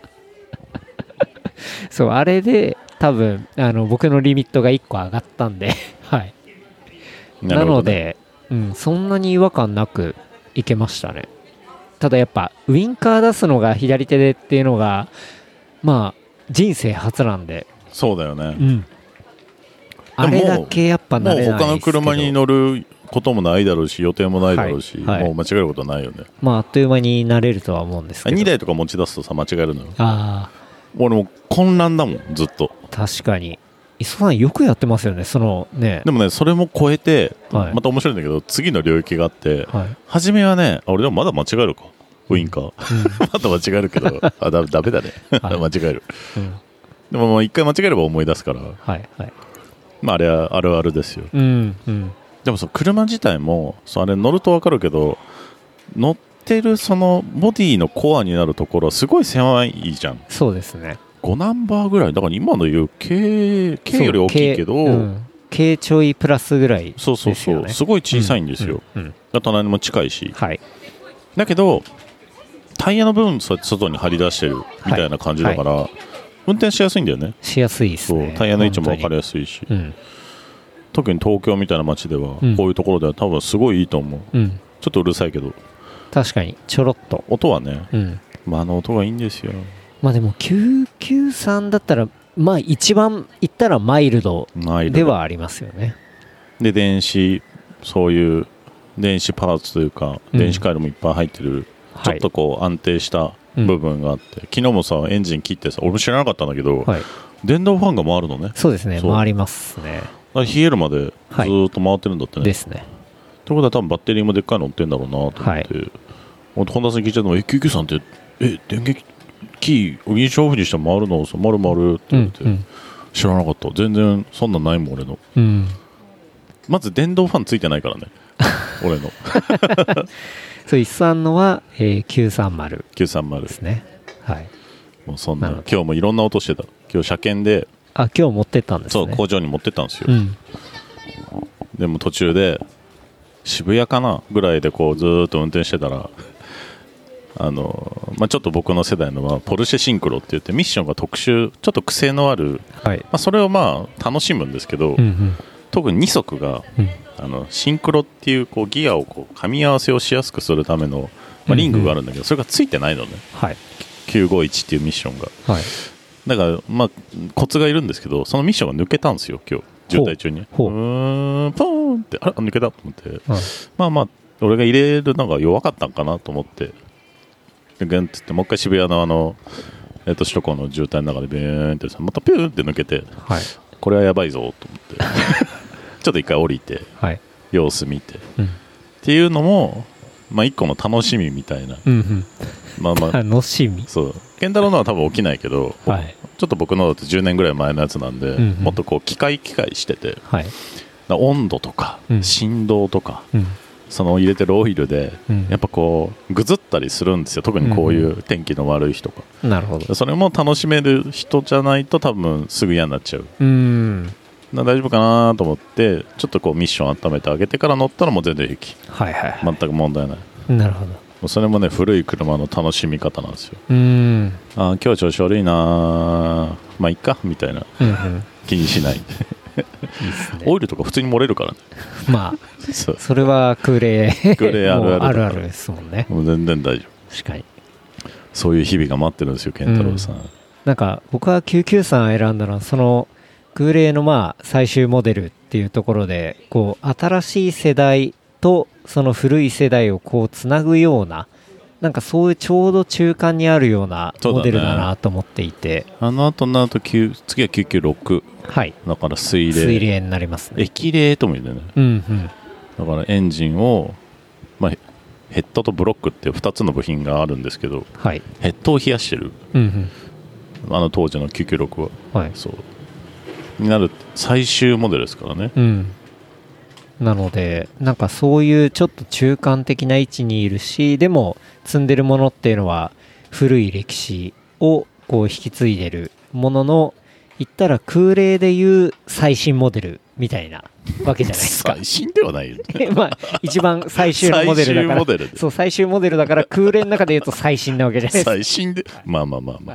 そう、あれで多分僕のリミットが1個上がったんではいなので、そんなに違和感なくいけましたね。ただやっぱウインカー出すのが左手でっていうのがまあ人生初なんで。 そうだよね、 あれだけやっぱ慣れないですけど、 もう他の車に乗ることもないだろうし、予定もないだろうし、もう間違えることはないよね。 まああっという間に慣れるとは思うんですけど、 2台とか持ち出すとさ間違えるのよ。 俺も混乱だもんずっと。 確かに磯さんよくやってますよね、そのね。 でもね、それも超えて、また面白いんだけど、次の領域があって、初めはね、俺でもまだ間違えるか、ウインカー、まだ間違えるけどダメだね間違える、でも一回間違えれば思い出すから、まああれはあるあるですよ。でも車自体もあれ乗ると分かるけど、乗ってるそのボディのコアになるところはすごい狭いじゃん。 そうですね。 5ナンバーぐらいだから、今の言う K より大きいけど、 K ちょいプラスぐらいですよね。 そうすごい小さいんですよ、隣も近いし、だけどタイヤの部分外に張り出してるみたいな感じだから、運転しやすいんだよね。 しやすいですね。 タイヤの位置も分かりやすいし、特に東京みたいな街では、こういうところでは多分すごいいいと思う、ちょっとうるさいけど、 確かにちょろっと音はね、あの音がいいんですよ。 まあでも993だったらまあ一番言ったらマイルドではありますよね。 でそういう電子パーツというか、電子回路もいっぱい入ってる、ちょっとこう安定した部分があって、昨日もさエンジン切ってさ、俺も知らなかったんだけど、電動ファンが回るのね。 そうですね、回りますね。 冷えるまでずっと回ってるんだってね。 ですね。 ということは多分バッテリーもでっかいの乗ってんだろうなと思って、本田さんに聞いちゃったの、993って電撃キーをインションオフにしたら回るの、回るって言って、知らなかった。全然そんなんないもん俺の、まず電動ファンついてないからね俺のそう、一さんのは、930ですね。 もうそんな今日もいろんな音してた。今日車検で今日持ってったんですね。 そう、工場に持ってったんですよ、でも途中で渋谷かなぐらいでこうずーっと運転してたらちょっと僕の世代のはポルシェシンクロって言って、ミッションが特殊、ちょっと癖のある、それを楽しむんですけど、特に2足が、シンクロっていう、こうギアをこう噛み合わせをしやすくするための、リングがあるんだけど、それがついてないのね、951っていうミッションが、だからコツがいるんですけど、そのミッションが抜けたんですよ今日渋滞中に。ポーンって抜けたと思って、俺が入れるのが弱かったんかなと思って、グンってってもう一回渋谷の首都高の渋滞の中でビューンってまたピューンって抜けて、これはやばいぞと思ってちょっと一回降りて、様子見て、っていうのも一個の楽しみみたいな、 楽しみ。 そう健太郎のは多分起きないけど、ちょっと僕のだと10年ぐらい前のやつなんで、もっとこう機械してて、温度とか、振動とか、その入れてるオイルで、やっぱこうぐずったりするんですよ、特にこういう天気の悪い日とか。 なるほど。 それも楽しめる人じゃないと多分すぐ嫌になっちゃう。大丈夫かなと思って、ちょっとこうミッション温めてあげてから乗ったらもう全然平気、全く問題ない。 なるほど。 それもね、古い車の楽しみ方なんですよ。今日調子悪いな、いっかみたいな、気にしないいいですね。オイルとか普通に漏れるからね。 それは空冷あるあるですもんね。 もう全然大丈夫。 確かにそういう日々が待ってるんですよ、健太郎さん。 なんか僕は993選んだのは、その空冷の最終モデルっていうところで、こう新しい世代とその古い世代をこうつなぐような、なんかそういうちょうど中間にあるようなモデルだなと思っていて、 あの後になると次は996、だから水冷になりますね。 液冷とも言うんだよね、だからエンジンを、ヘッドとブロックっていう2つの部品があるんですけど、ヘッドを冷やしてる、当時の996は、そうになる最終モデルですからね。 なのでなんかそういうちょっと中間的な位置にいるし、でも積んでるものっていうのは古い歴史をこう引き継いでるものの、言ったら空冷でいう最新モデルみたいなわけじゃないですか。 最新ではないよねまあ一番最終のモデルだから、そう最終モデルだから空冷の中で言うと最新なわけじゃないですか。 最新でまあ、はい、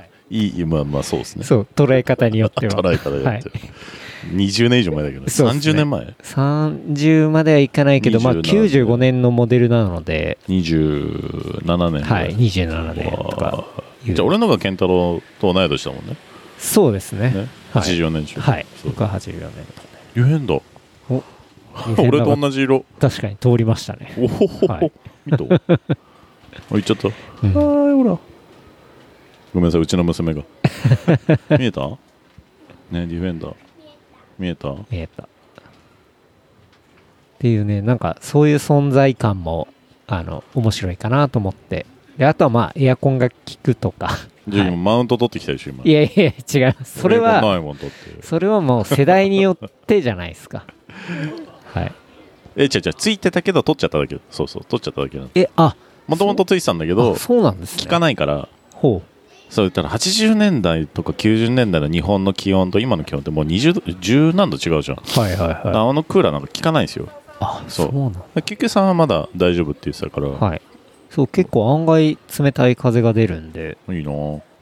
いいまあそうですね。 そう捉え方によっては捉え方によって、はい、20年以上前だけど、ね、30年前 30まではいかないけど、まあ95年のモデルなので 27年はい27年とか。 じゃあ俺のが健太郎と同い年だもんね。 そうですね。 84年中。 はい。僕は84年。 ユヘンダ。俺と同じ色。 確かに通りましたね。 おほほほ。見た。行っちゃった。ほら。ごめんなさい、うちの娘が。見えた？ね、ディフェンダー。見えた？ 見えた。っていうね、なんかそういう存在感も面白いかなと思って。であとはまあエアコンが効くとか。 じゃあ今マウント取ってきたでしょ今。 いやいや違います。それはもう世代によってじゃないですか。はい。 違うついてたけど取っちゃっただけ。そう取っちゃっただけなんで。もともとついてたんだけど、 そうなんですね。 効かないから。そう言ったら80年代とか90年代の日本の気温と今の気温ってもう10何度違うじゃん。 はいはいはい。 クーラーなんか効かないんですよ。そうなんだ。救急さんはまだ大丈夫って言ってたから。はい。 そう結構案外冷たい風が出るんでいいな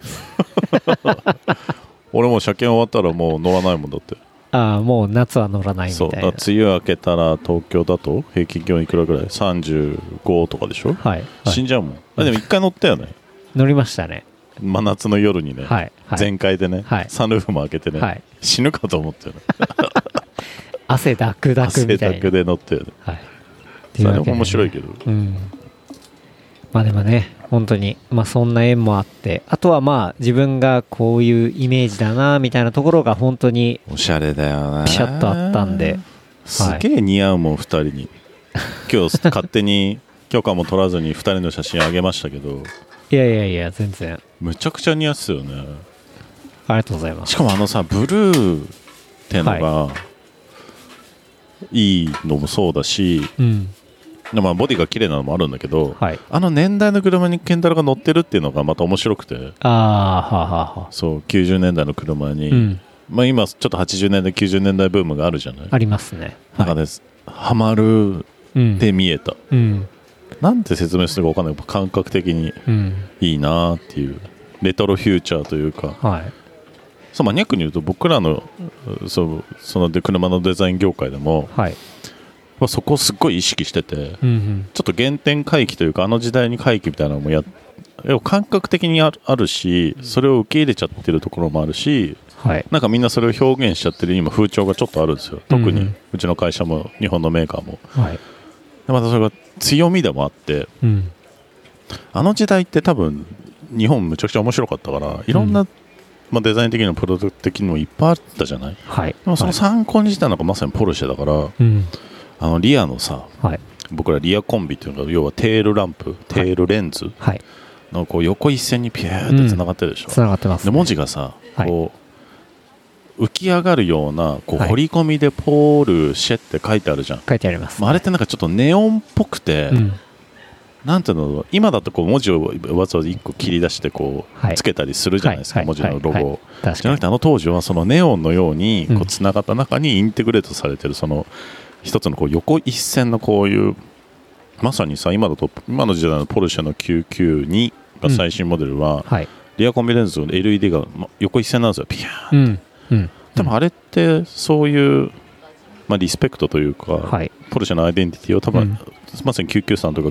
俺も車検終わったらもう乗らないもんだって。 もう夏は乗らないみたいな。 そう梅雨明けたら東京だと平均気温いくらぐらい35とかでしょ。はい、死んじゃうもん。でも一回乗ったよね。 乗りましたね。 真夏の夜にね、全開でね、サンルーフも開けてね、死ぬかと思ったよね汗だくだくみたいな。 汗だくで乗ったよね。それも面白いけど、 まあでもね本当にまあそんな縁もあって、あとはまあ自分がこういうイメージだなみたいなところが本当におしゃれだよね。 ピシャッとあったんで、 すげえ似合うもん2人に。今日勝手に許可も取らずに2人の写真あげましたけどいや全然むちゃくちゃ似合ってたよね。 ありがとうございます。 しかもさブルーってのが、いいのもそうだし、まあボディが綺麗なのもあるんだけど、年代の車にケンタロウが乗ってるっていうのがまた面白くて、そう90年代の車に、まあ今ちょっと80年代90年代ブームがあるじゃない。 ありますね。 なんかねハマるって見えた。なんて説明するか分かんない。感覚的にいいなっていう、レトロフューチャーというか、マニアックに言うと僕らのその車のデザイン業界でも、そこをすっごい意識してて、ちょっと原点回帰というか時代に回帰みたいなのも感覚的にあるし、それを受け入れちゃってるところもあるし、なんかみんなそれを表現しちゃってる今風潮がちょっとあるんですよ。特にうちの会社も日本のメーカーも、またそれが強みでもあって、時代って多分日本むちゃくちゃ面白かったから、いろんな、デザイン的にもプロダクト的にもいっぱいあったじゃない。でもその参考にしたのがまさにポルシェだから、リアのさ、僕らリアコンビっていうのが要はテールランプ、テールレンズのこう横一線にピューってつながってるでしょ。 つながってますね。 で文字がさ、こう浮き上がるようなこう彫り込みでポールシェって書いてあるじゃん。 書いてあります、 あれってなんかちょっとネオンっぽくて、なんていうの、今だとこう文字をわざわざ1個切り出してこうつけたりするじゃないですか、文字のロゴを。じゃなくて当時はそのネオンのようにこうつながった中にインテグレートされてるその一つのこう横一線のこういうまさにさ、今の時代のポルシェの992が最新モデルは、リアコンビレンズの LED が横一線なんですよ、ピヤーン。でもあれってそういうリスペクトというか、ポルシェのアイデンティティを多分、まさに993とか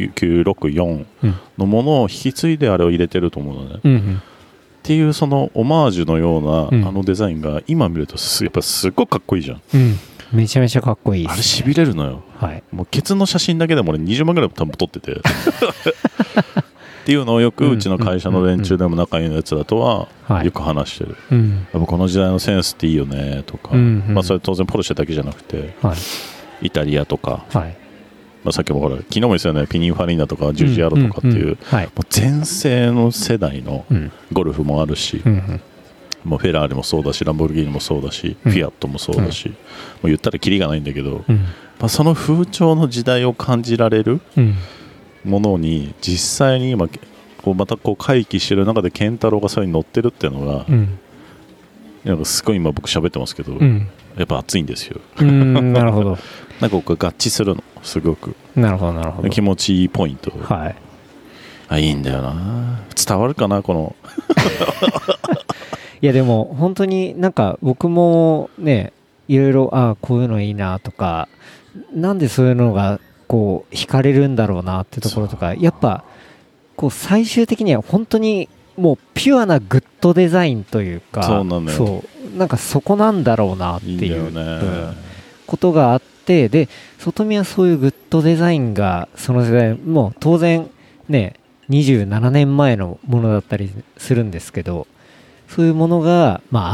964のものを引き継いであれを入れてると思うのね。っていうそのオマージュのようなデザインが今見るとやっぱすっごいかっこいいじゃん。 めちゃめちゃかっこいいです、 あれしびれるのよ。もうケツの写真だけでも俺20万ぐらい多分撮っててっていうのをよくうちの会社の連中でも仲いいのやつだとはよく話してる。やっぱこの時代のセンスっていいよねとか、それ当然ポルシェだけじゃなくて、イタリアとか、さっきもほら昨日も言ったよね、ピニンファリーナとかジュジアロとかっていう前世の世代のゴルフもあるし、 もうフェラーリもそうだしランボルギーニもそうだし、フィアットもそうだし、もう言ったらキリがないんだけど、その風潮の時代を感じられるものに実際に今こうまたこう回帰してる中で健太郎がそれに乗ってるっていうのが、なんかすごい今僕喋ってますけど、やっぱ熱いんですよ。 なるほど。 なんか僕合致するのすごく。 なるほどなるほど。 気持ちいいポイント。 はい。 いいんだよな。伝わるかなこの。 いやでも本当になんか僕もねいろいろこういうのいいなとか、なんでそういうのがこう惹かれるんだろうなってところとか、やっぱこう最終的には本当にもうピュアなグッドデザインというか、 そうなんだよ。 そうなんかそこなんだろうなっていういいね、 ことがあって、で外見はそういうグッドデザインがその世代もう当然ね27年前のものだったりするんですけど、そういうものがあって、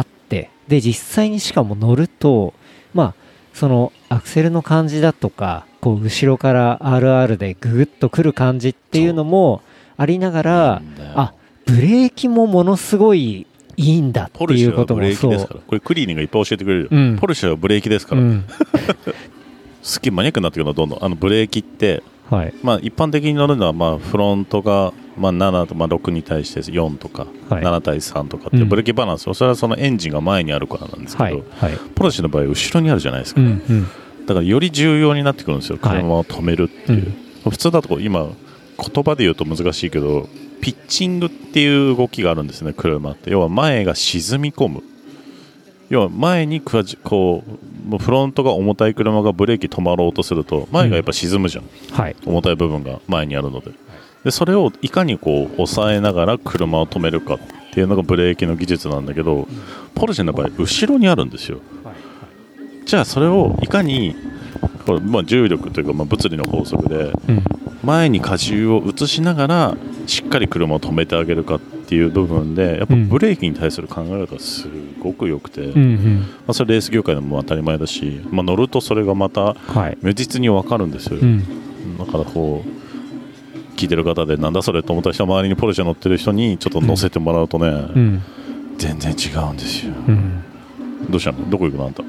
で実際にしかも乗るとそのアクセルの感じだとかこう後ろから RR でググッとくる感じっていうのもありながら、ブレーキもものすごいいいんだっていうことも、そう、 これクリーニングがいっぱい教えてくれる、ポルシェはブレーキですから、すっげえマニアックになってくるのはどんどんブレーキって、一般的に乗るのはフロントが7と6に対して4とか、7対3とかっていうブレーキバランスを、それはそのエンジンが前にあるからなんですけど、ポルシェの場合後ろにあるじゃないですか、だからより重要になってくるんですよ、車を止めるっていう、普通だと今言葉で言うと難しいけどピッチングっていう動きがあるんですね。車って要は前が沈み込む、要は前にこうフロントが重たい車がブレーキ止まろうとすると前がやっぱ沈むじゃん、重たい部分が前にあるので、それをいかにこう抑えながら車を止めるかっていうのがブレーキの技術なんだけど、ポルシェの場合後ろにあるんですよ。じゃあそれをいかにこれ、重力というか物理の法則で前に荷重を移しながらしっかり車を止めてあげるかっていう部分でやっぱブレーキに対する考え方がすごく良くて、それレース業界でも当たり前だし、乗るとそれがまた如実に分かるんですよ、だからこう聞いてる方でなんだそれと思った人は周りにポルシェ乗ってる人にちょっと乗せてもらうとね、全然違うんですよ、どうしたの、どこ行くのあんた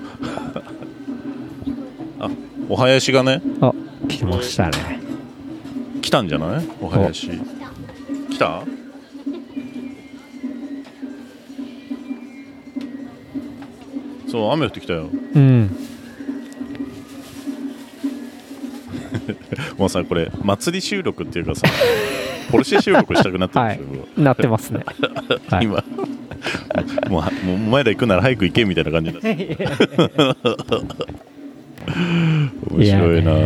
お囃子がね来ましたね。 来たんじゃないお囃子来た。そう雨降ってきたよ、もうさこれ祭り収録っていうかさポルシェ収録したくなってるんですよ、 なってますね今もうお前ら行くなら早く行けみたいな感じだ面白いな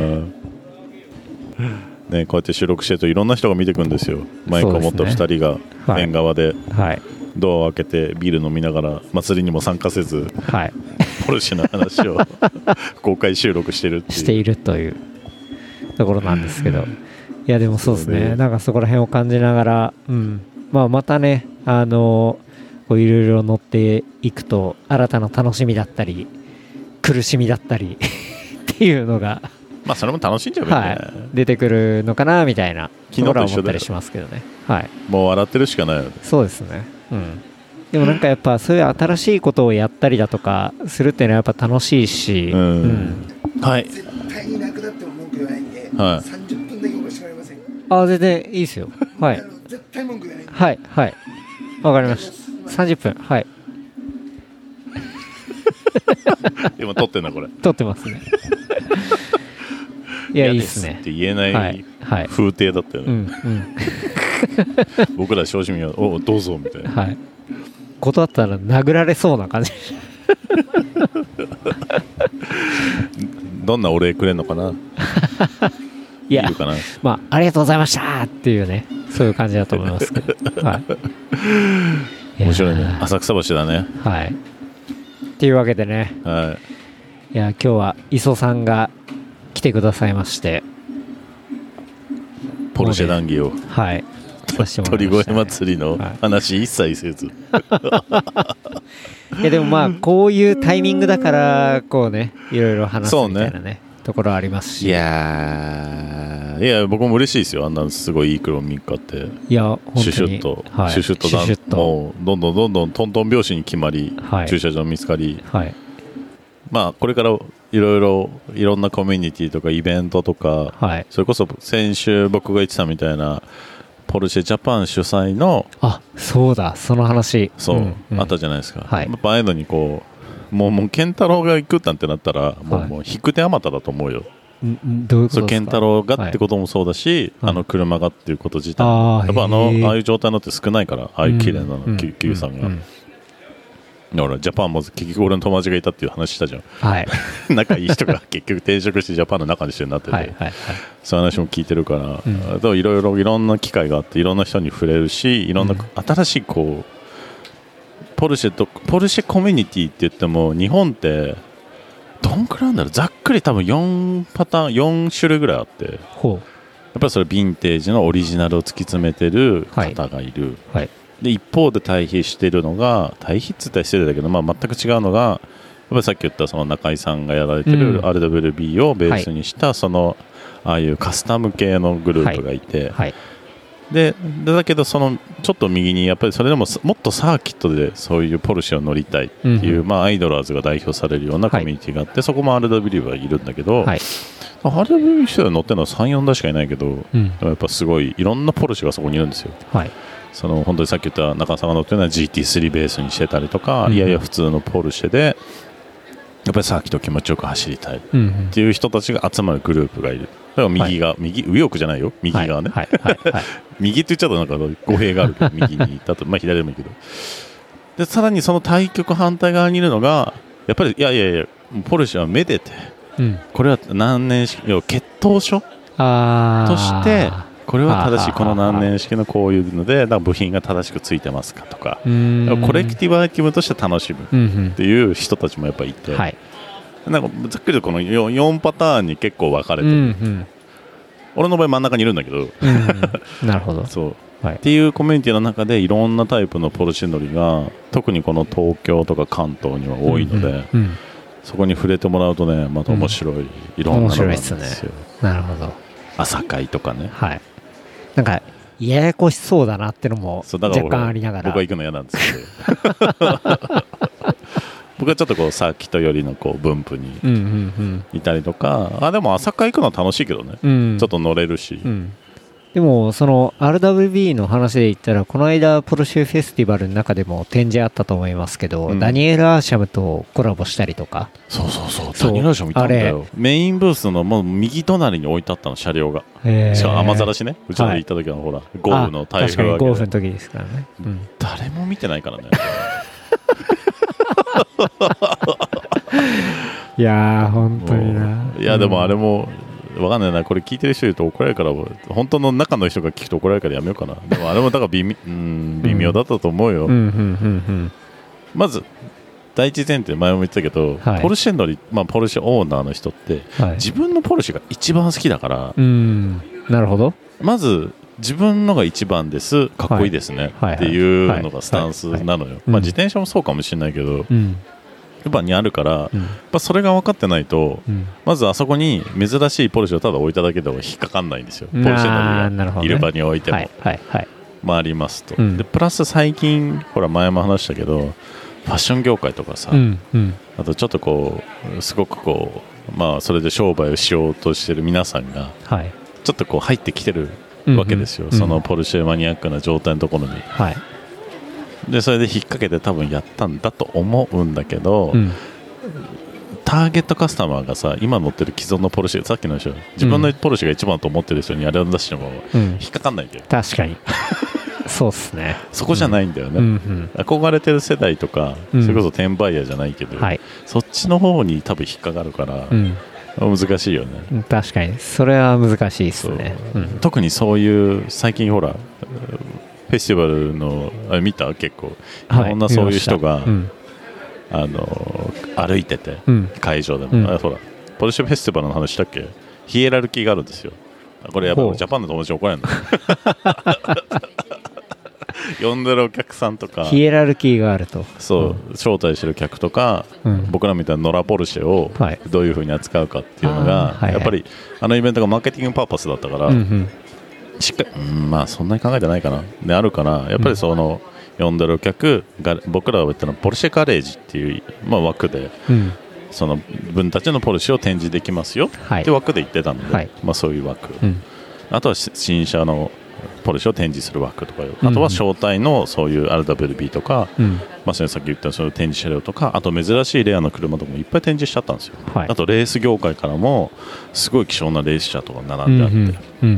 ね、こうやって収録してるといろんな人が見てくるんですよ。マイクを持った2人が縁側でドアを開けてビール飲みながら祭りにも参加せず、ポルシェの話を公開収録しているというところなんですけど、いやでもそうですね、なんかそこら辺を感じながら、またねいろいろ乗っていくと新たな楽しみだったり苦しみだったりっていうのがそれも楽しんじゃうよね、 出てくるのかなみたいなところは思ったりしますけどね。 もう笑ってるしかないよね。 そうですね、でもなんかやっぱそういう新しいことをやったりだとかするっていうのはやっぱ楽しいし、 絶対になくなっても文句言わないんで、30分だけおかしくなりません。 全然いいですよ。 絶対文句言わないんで。 わかりました。30分今撮ってんなこれ。 撮ってますね。いやいいですね。 って言えない風景だったよね。僕ら正真はおどうぞみたいな。 断ったら殴られそうな感じ。 どんなお礼くれんのかな。 いやありがとうございましたっていうね、そういう感じだと思いますけど。 面白いね。浅草橋だね。 っていうわけでね、いや今日は磯さんが来てくださいまして、 ポルシェ談義を鳥越祭りの話一切せず、 いやでもこういうタイミングだからこうねいろいろ話すみたいなね、 ところありますし、 いや僕も嬉しいですよ。あんなすごいいい車見っかって、 いや本当にシュシュッともうどんどんトントン拍子に決まり、はい、駐車場見つかり、はい、まあこれからいろんなコミュニティとかイベントとか、はい、それこそ先週僕が言ってたみたいなポルシェジャパン主催の、 そうだ、その話そう、あったじゃないですか、はい、やっぱああいうのにこうもう健太郎が行くなんてなったらもう引く手あまただと思うよ。 どういうことですか？ 健太郎がってこともそうだし、はい、あの車がっていうこと自体、やっぱああいう状態のって少ないから、ああいう綺麗なの、Q さんが、だからジャパンも結局俺の友達がいたっていう話したじゃん、はい、仲いい人が結局転職してジャパンの中にしてなってて、はいはいはい、そういう話も聞いてるから、いろんな機会があっていろんな人に触れるし、いろんな新しいこうポルシェコミュニティって言っても日本ってどんくらいなんだろう、ざっくり多分4パターン4種類ぐらいあって、やっぱりそれヴィンテージのオリジナルを突き詰めてる方がいる、はいはい、で一方で対比してるのが、対比って言ったら失礼だけど、全く違うのがやっぱりさっき言ったその中井さんがやられてる RWB をベースにした、そのああいうカスタム系のグループがいて、はいはい、でだけどそのちょっと右にやっぱりそれでももっとサーキットでそういうポルシェを乗りたいっていう、アイドラーズが代表されるようなコミュニティがあって、はい、そこも RWB はいるんだけど、はい、RWB 人が乗ってるのは 3,4 台しかいないけど、でもやっぱすごいいろんなポルシェがそこにいるんですよ、はい、その本当にさっき言った中さんが乗ってるのは GT3 ベースにしてたりとか、いやいや普通のポルシェでやっぱりサーキット気持ちよく走りたいっていう人たちが集まるグループがいる。だから右が、右右奥じゃないよ、右側ね、はいはいはいはい、右って言っちゃうとなんか語弊があるけど右にだと左でもいいけど、でさらにその対極反対側にいるのがやっぱりいやポルシェはめでて、これは何年式血統書としてこれは正しい、この何年式のこういうのでだから部品が正しくついてますかとか、コレクティブアイテムとして楽しむっていう人たちもやっぱりいて、はい、なんかざっくりとこの 4パターンに結構分かれてる、俺の場合真ん中にいるんだけど、 なるほどそう、はい、っていうコミュニティの中でいろんなタイプのポルシェ乗りが特にこの東京とか関東には多いので、そこに触れてもらうとねまた面白い、いろんなのがあるんですよ。面白いですね。 なるほど。 朝会とかね、 はい、なんかややこしそうだなってのも若干ありながら僕は行くの嫌なんですけど僕はちょっとこうサーキット寄りのこう分布にいたりとか、でも朝会行くのは楽しいけどね、ちょっと乗れるし、 でもその RWB の話で言ったらこの間ポルシェフェスティバルの中でも展示あったと思いますけど、ダニエル・アーシャムとコラボしたりとか、 そうダニエル・アーシャムいたんだよ。メインブースのもう右隣に置いてあったの車両が、しかも雨ざらしね、うちの行った時のほら豪雨の台風が豪雨の時ですからね、 誰も見てないからねいやー本当にな。 いやでもあれも分かんないな、これ聞いてる人いると怒られるから、本当の中の人が聞くと怒られるからやめようかな。でもあれもだから微妙だったと思うよ。まず第一前提、前も言ってたけど、ポルシェ乗り、ポルシェオーナーの人って、自分のポルシェが一番好きだから、 なるほど。 まず自分のが一番です、かっこいいですね、っていうのがスタンスなのよ。自転車もそうかもしれないけど、やっぱにあるから、やっぱそれが分かってないと、まずあそこに珍しいポルシェをただ置いただけでは引っかかんないんですよ。ポルシェ乗りがいる場に置いてもありますと。でプラス最近ほら前も話したけど、ファッション業界とかさ、あとちょっとこうすごくこうそれで商売をしようとしてる皆さんが、ちょっとこう入ってきてるわけですよ、そのポルシェマニアックな状態のところに。でそれで引っ掛けて多分やったんだと思うんだけど、ターゲットカスタマーがさ、今乗ってる既存のポルシェ、さっきの人自分のポルシェが一番と思ってる人にあれを出しても引っかかんないんだよ、 確かにそうっすね。 そこじゃないんだよね、憧れてる世代とか、それこそ転売ヤーじゃないけど、そっちの方に多分引っかかるから、難しいよね。 確かにそれは難しいですね、 特にそういう最近ほらフェスティバルのあれ見た？結構いろんなそういう人が、歩いてて、会場でも、ほらポルシェフェスティバルの話したっけ？ヒエラルキーがあるんですよ。これやっぱジャパンの友達怒られるの呼んでるお客さんとかヒエラルキーがあると、 そう、招待してる客とか、僕らみたいなノラポルシェをどういう風に扱うかっていうのが、やっぱりあのイベントがマーケティングパーパスだったから、しっかり、まあそんなに考えてないかなであるから、やっぱりその、呼んでるお客が僕らが言ったのはポルシェガレージっていう、まあ、枠で、その自分たちのポルシェを展示できますよって枠で言ってたので、まあ、そういう枠、あとは新車のポルシェを展示する枠とか、あとは招待のそういう RWB とか、まさにさっき言ったそういう展示車両とか、あと珍しいレアな車とかもいっぱい展示しちゃったんですよ、あとレース業界からもすごい希少なレース車とか並んであって、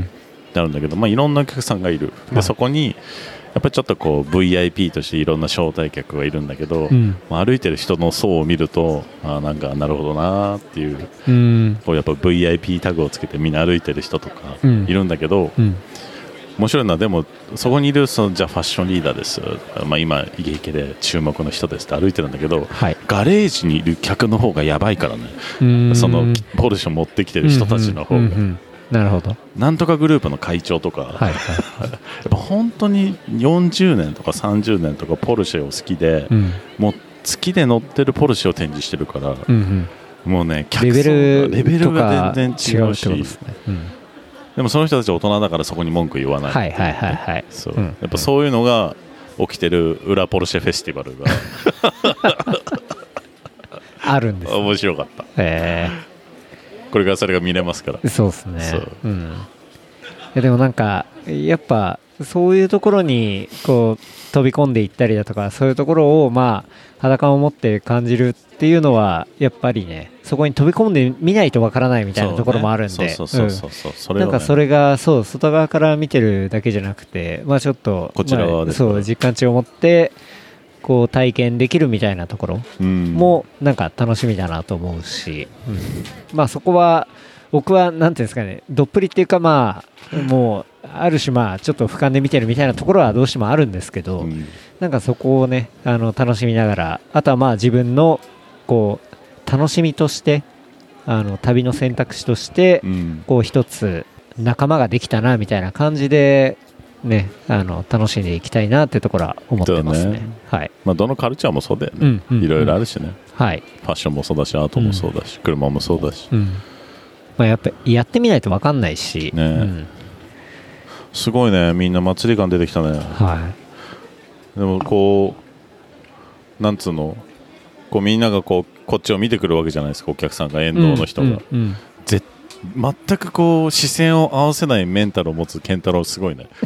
なるんだけど、まあ、いろんなお客さんがいるで、そこにやっぱりちょっとこう VIP としていろんな招待客がいるんだけど、まあ、歩いてる人の層を見るとなんかなるほどなっていう、こうやっぱ VIP タグをつけてみんな歩いてる人とかいるんだけど、面白いのはでもそこにいるじゃあファッションリーダーです、まあ、今イケイケで注目の人ですって歩いてるんだけど、ガレージにいる客の方がやばいからね、そのポルシェ持ってきてる人たちの方が。 なるほど。 なんとかグループの会長とか、やっぱ本当に40年とか30年とかポルシェを好きで、もう好きで乗ってるポルシェを展示してるから、もうねレベルが全然違うし、 でもその人たちは大人だからそこに文句言わない。やっぱそういうのが起きてる裏ポルシェフェスティバルがあるんです、ね、 面白かった。これからそれが見れますから。 そうですね。いやでもなんかやっぱそういうところにこう飛び込んでいったりだとか、そういうところをまあ裸を持って感じるっていうのはやっぱりね、そこに飛び込んでみないとわからないみたいなところもあるんで、なんかそれがそう外側から見てるだけじゃなくて、まあちょっとこちらはそう実感値を持ってこう体験できるみたいなところもなんか楽しみだなと思うし、まあそこは僕はなんていうんですかね、どっぷりっていうか、まあもうある種まあちょっと俯瞰で見てるみたいなところはどうしてもあるんですけど、なんかそこをね楽しみながら、あとはまあ自分のこう楽しみとして旅の選択肢としてこう一つ仲間ができたなみたいな感じでね、楽しんでいきたいなってところは思ってますね。 まあ、どのカルチャーもそうだよね、いろいろあるしね、ファッションもそうだし、アートもそうだし、車もそうだし、 まあ、やっぱやってみないと分かんないし、 すごいね、みんな祭り感出てきたね。でもこうなんつうの、こうみんながこっちを見てくるわけじゃないですか、お客さんが、沿道の人が、全くこう視線を合わせないメンタルを持つ健太郎、すごいね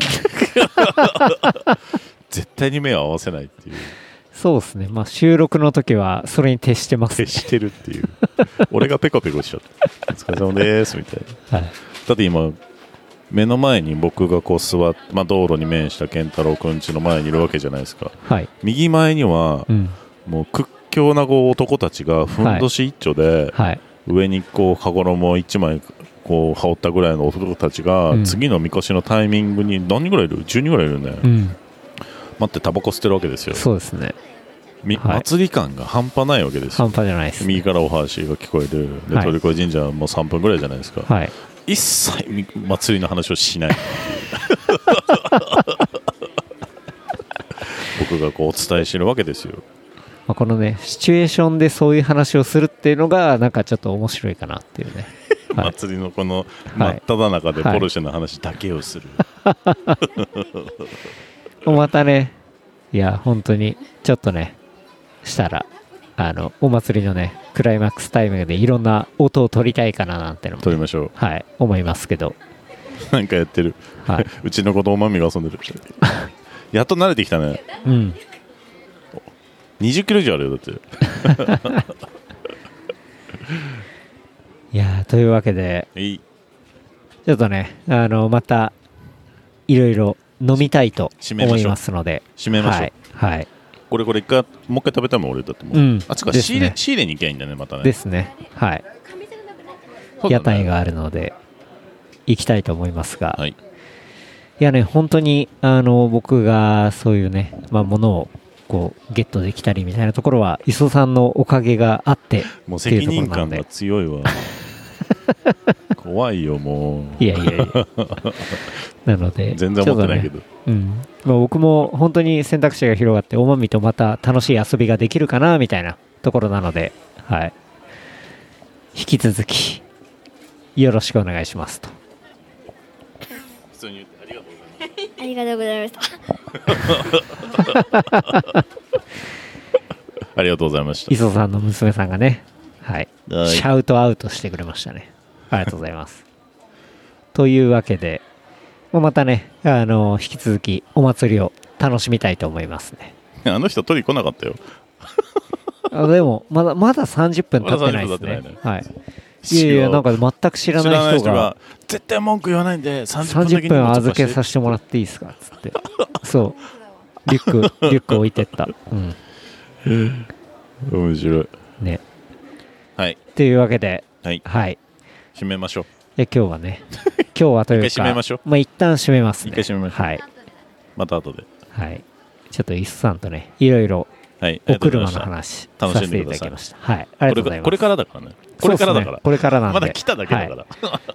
絶対に目を合わせないっていう。 そうですね、まあ、収録の時はそれに徹してます、 ね、徹してるっていう俺がペコペコしちゃったお疲れ様ですみたいな、だって今目の前に僕がこう座って、まあ、道路に面した健太郎くん家の前にいるわけじゃないですか、右前には、もう屈強なこう男たちがふんどし一丁で、上にこう羽衣1枚こう羽織ったぐらいの男たちが、次のみこしのタイミングに何人ぐらいいる ?10 人ぐらいいるね、待ってタバコ吸ってるわけですよ。 そうですね、 祭り感が半端ないわけですよ。 半端じゃないです、ね、 右からお話が聞こえるで、鳥越神社はもう3分ぐらいじゃないですか、一切祭りの話をしない僕がこうお伝えしてるわけですよ。 このねシチュエーションでそういう話をするっていうのがなんかちょっと面白いかなっていうね祭りのこの真っ只中でポルシェの話だけをする、 またね、いや本当にちょっとねしたらお祭りのねクライマックスタイムでいろんな音を取りたいかななんてのも取りましょう、 思いますけど、 なんかやってる、うちの子とおまみが遊んでるやっと慣れてきたね。20キロ以上あるよだっていやというわけでちょっとねまたいろいろ飲みたいと思いますので締めましょう。これ一回もう一回食べたいもん俺だってもう、あっちか仕入れに行けばいいんだねまたね。 ですね、屋台があるので行きたいと思いますが、いやね本当に僕がそういうねものをこうゲットできたりみたいなところは磯さんのおかげがあってもう責任感が強いわ怖いよもう。いやなので全然思ってないけど、 まあ、僕も本当に選択肢が広がっておまみとまた楽しい遊びができるかなみたいなところなので、はい、引き続きよろしくお願いしますと。 普通に言ってありがとうございましたありがとうございました。 磯さんの娘さんがね、はい、シャウトアウトしてくれましたね。ありがとうございますというわけでまたね、引き続きお祭りを楽しみたいと思いますね。 あの人取り来なかったよでもまだ30分経ってないですね。はい。いやなんか全く知らない人が絶対文句言わないんで 30分預けさせてもらっていいですかっつってそうリュック置いてった。 面白いね。 はい。 というわけで、 はい。締めましょう。 今日はね、今日はというか、 一回締めましょう。 まあ一旦締めますね。 一回締めましょう。 はい。 また後で。 はい。ちょっとイスさんとね、いろいろお車の話させていただきました。はい。ありがとうございます。 これからだからね。これからだから。 これからなんで。 まだ来ただけだから。こ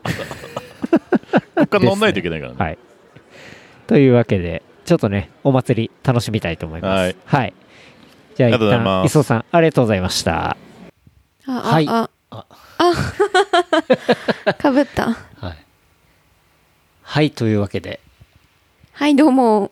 っから乗んないといけないからね。 はい。というわけで、ちょっとね、お祭り楽しみたいと思います。はい。じゃあ一旦磯さんありがとうございました。はい。 かぶった。 はいというわけで。 はいどうも。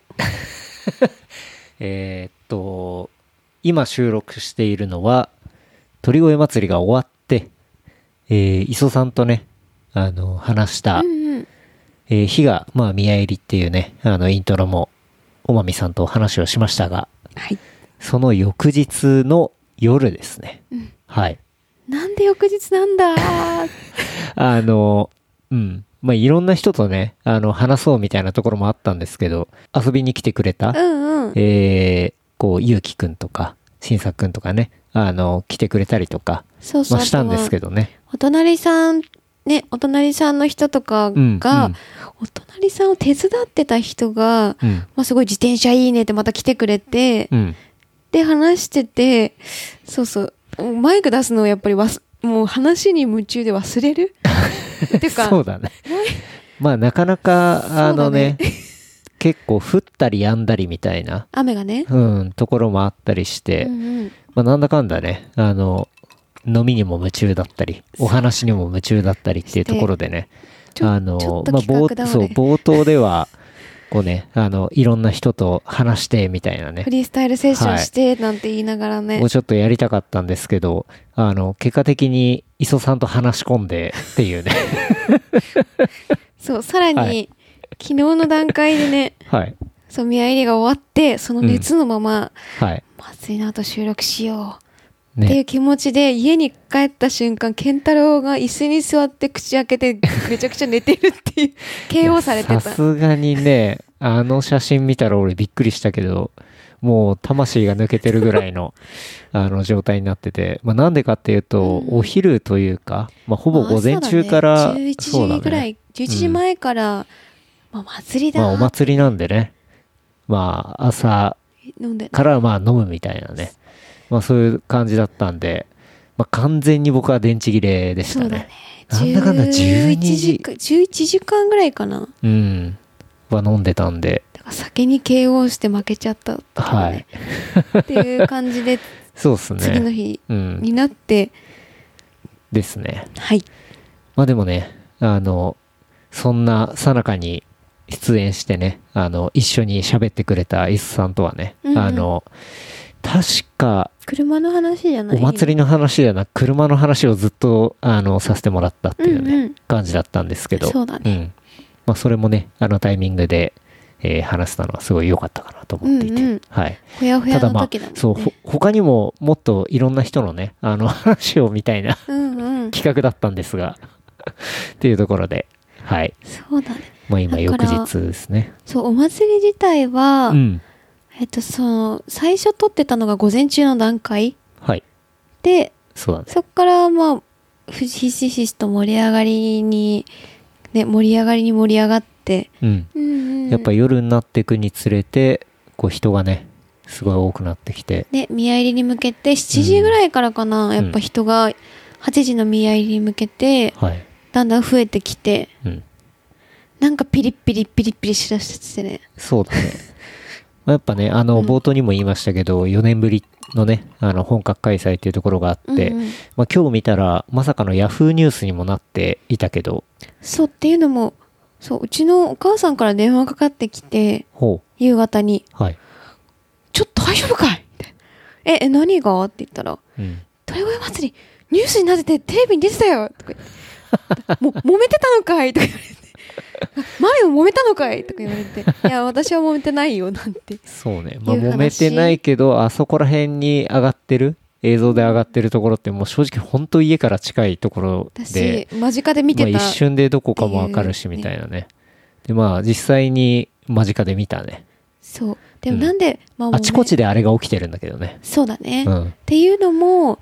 今収録しているのは鳥越祭りが終わって、磯さんとね話した、日がまあ宮入りっていうねイントロもおまみさんと話をしましたが。 はい。 その翌日の夜ですね。はい。 なんで翌日なんだまあ、いろんな人とね、話そうみたいなところもあったんですけど、遊びに来てくれた、ゆうきくんとか、しんさくんとかね、来てくれたりとか、まあ、したんですけどね。 お隣さんの人とかが、お隣さんを手伝ってた人が、まあ、すごい自転車いいねってまた来てくれて、で話してて、マイク出すのをやっぱりもう話に夢中で忘れるっていうかそうだね。まあなかなか結構降ったり止んだりみたいな雨がね、 ところもあったりして、まあなんだかんだね飲みにも夢中だったりお話にも夢中だったりっていうところでね冒頭ではこうねいろんな人と話してみたいなねフリースタイルセッションしてなんて言いながらね、 もうちょっとやりたかったんですけど結果的に磯さんと話し込んでっていうねそうさらに、昨日の段階でね、宮入りが終わってその熱のまま、祭りの後収録しようっていう気持ちで家に帰った瞬間健太郎が椅子に座って口開けてめちゃくちゃ寝てるっていう KO されてた。 さすがにね写真見たら俺びっくりしたけどもう魂が抜けてるぐらいの状態になってて、まあ、なんでかっていうと、お昼というか、まあ、ほぼ午前中から、 11時ぐらい、11時前から、まあ、祭りだ。 まあ、お祭りなんでね、まあ、朝からまあ飲むみたいなね、まあ、そういう感じだったんで、まあ、完全に僕は電池切れでしたね。なんだかんだ11 時間ぐらいかな。 は飲んでたんで。 酒に KO して負けちゃった、ね、っていう感じでそうですね、 次の日になって、 ですね。 はい。 まあでもねそんなさなかに出演してね一緒に喋ってくれたイスさんとはね、確か車の話じゃないお祭りの話じゃなく車の話をずっとさせてもらったっていうね、感じだったんですけど、 そうだね、 まあ、それもねタイミングで話したのはすごい良かったかなと思っていて、はい。 ほやほやの時だもんね。 ただまあ、そう他にももっといろんな人のね話をみたいな企画だったんですがっていうところで、はい。 そうだね。 まあ今翌日ですね。 そうお祭り自体は、最初撮ってたのが午前中の段階。 はい。 で、 そうだね。 そこからまあひしひしと盛り上がりに盛り上がって、 やっぱ夜になっていくにつれてこう人がねすごい多くなってきて、 で宮入りに向けて7時ぐらいからかな、やっぱ人が8時の宮入りに向けて、 だんだん増えてきて、なんかピリッピリピリッピリしだしてね。 そうだね。やっぱね、冒頭にも言いましたけど、4年ぶりのね、本格開催っていうところがあって、今日見たら、まさかのヤフーニュースにもなっていたけど。 そうっていうのも、そう、うちのお母さんから電話かかってきて、夕方に、ちょっと大丈夫かいみたいな。何がって言ったら、鳥越祭り、ニュースになっててテレビに出てたよとか言って、揉めてたのかいとか言われて。マミも揉めたのかいとか言われて、いや私は揉めてないよなんて。 そうね、揉めてないけど、あそこら辺に上がってる映像で上がってるところってもう正直本当家から近いところで、 間近で見てた、 一瞬でどこかもわかるしみたいなね。で実際に間近で見たね。 そうでもなんで、 あちこちであれが起きてるんだけどね。 そうだね、っていうのも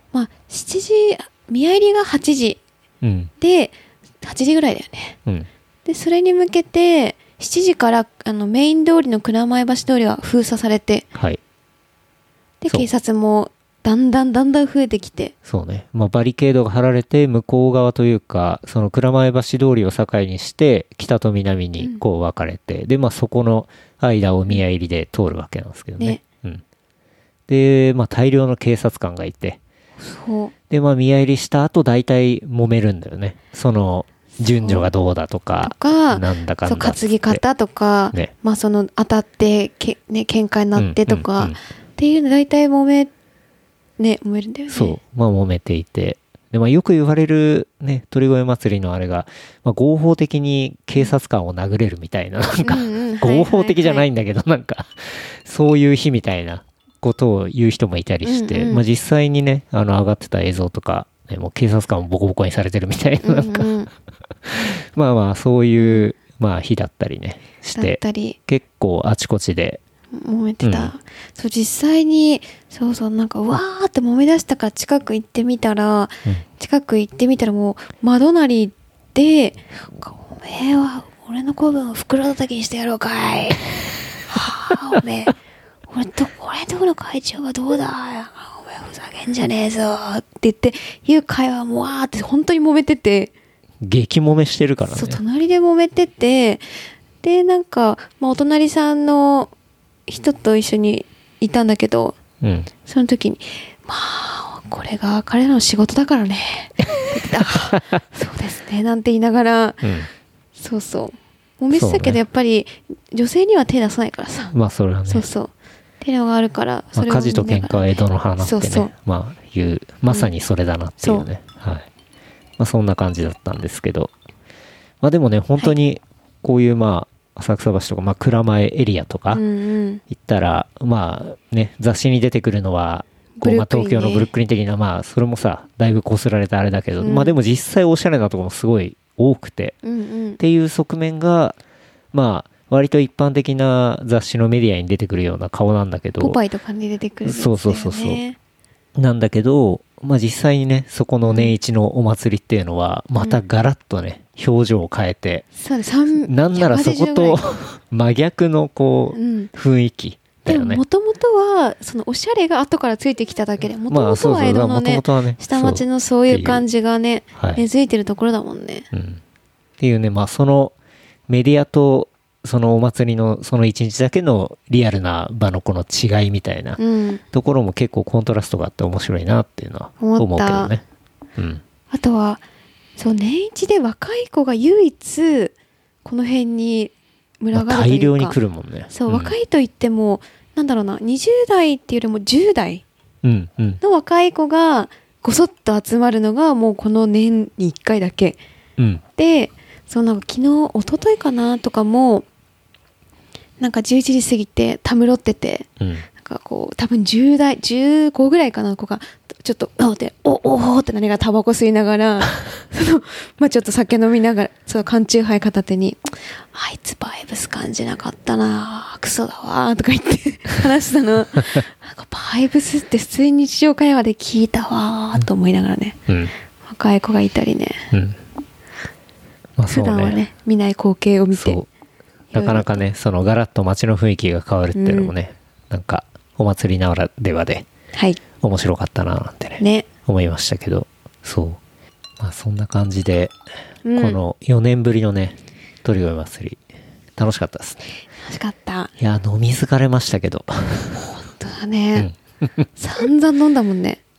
7時宮入りが8時、で8時ぐらいだよね、でそれに向けて7時からメイン通りの蔵前橋通りは封鎖されて、で警察もだんだん増えてきて、 そうね、バリケードが張られて向こう側というかその蔵前橋通りを境にして北と南にこう分かれて、でそこの間を宮入りで通るわけなんですけどね。で大量の警察官がいて、 そうで宮入りした後大体揉めるんだよね。その順序がどうだとか、なんだかんだそう担ぎ方とか、その当たって喧嘩になってとか、っていうの大体揉めるんだよね。 そう、揉めていて、でよく言われるね、鳥越祭りのあれが、合法的に警察官を殴れるみたいな、なんか合法的じゃないんだけど、なんかそういう日みたいなことを言う人もいたりして、実際にね上がってた映像とか、もう警察官もボコボコにされてるみたいな、なんかそういう日だったりねして結構あちこちで揉めてた、そう実際になんかうわーって揉め出したから近く行ってみたら、もう窓なりでおめえは俺の子分を袋叩きにしてやろうかいおめえ俺とこの会長はどうだおめえふざけんじゃねえぞって言っていう会話もわーって本当に揉めてて、 激揉めしてるからね。 そう隣で揉めてて、でなんか、お隣さんの人と一緒にいたんだけど、その時にこれが彼らの仕事だからねって言ってそうですねなんて言いながら、そう揉めてたけど、やっぱり女性には手出さないからさ、 それはね、 っていうのがあるから、 それを火事と喧嘩は江戸の花ってね、いうまさにそれだなっていうね、そんな感じだったんですけど、でもね本当にこういう浅草橋とか、蔵前エリアとか行ったら、雑誌に出てくるのは東京のブルックリン的な、それもさだいぶこすられたあれだけど、でも実際おしゃれなところもすごい多くて、っていう側面が割と一般的な雑誌のメディアに出てくるような顔なんだけど、 ポパイとかに出てくるんですよね。 そうなんだけど、実際にねそこの年一のお祭りっていうのはまたガラッとね、表情を変えて、なんならそこと真逆の雰囲気だよね。 でも元々はそのおしゃれが後からついてきただけで、元々は江戸のね下町のそういう感じがね根付いてるところだもんね。 っていうね、そのメディアとそのお祭りのその一日だけのリアルな場のこの違いみたいなところも結構コントラストがあって面白いなっていうのは思うけどね。 あとは年一で若い子が唯一この辺に群がるというか、 大量に来るもんね。 若いといってもなんだろうな、20代っていうよりも10代の若い子がごそっと集まるのがもうこの年に1回だけ、でなんか昨日一昨日かなとかもなんか11時過ぎてたむろってて、なんか多分10代15ぐらいかな子がちょっとおって何がタバコ吸いながらちょっと酒飲みながら缶チューハイ片手に、あいつバイブス感じなかったなクソだわとか言って話したのなんかバイブスって普通に日常会話で聞いたわと思いながらね、若い子がいたりね、普段はね見ない光景を見て、 なかなかねそのガラッと街の雰囲気が変わるっていうのもね、なんかお祭りならではで面白かったななんてね思いましたけど、 まあそんな感じで、この4年ぶりのね鳥越祭り楽しかったですね。 楽しかった。 いや飲み疲れましたけど。 本当だね。散々飲んだもんね。うん。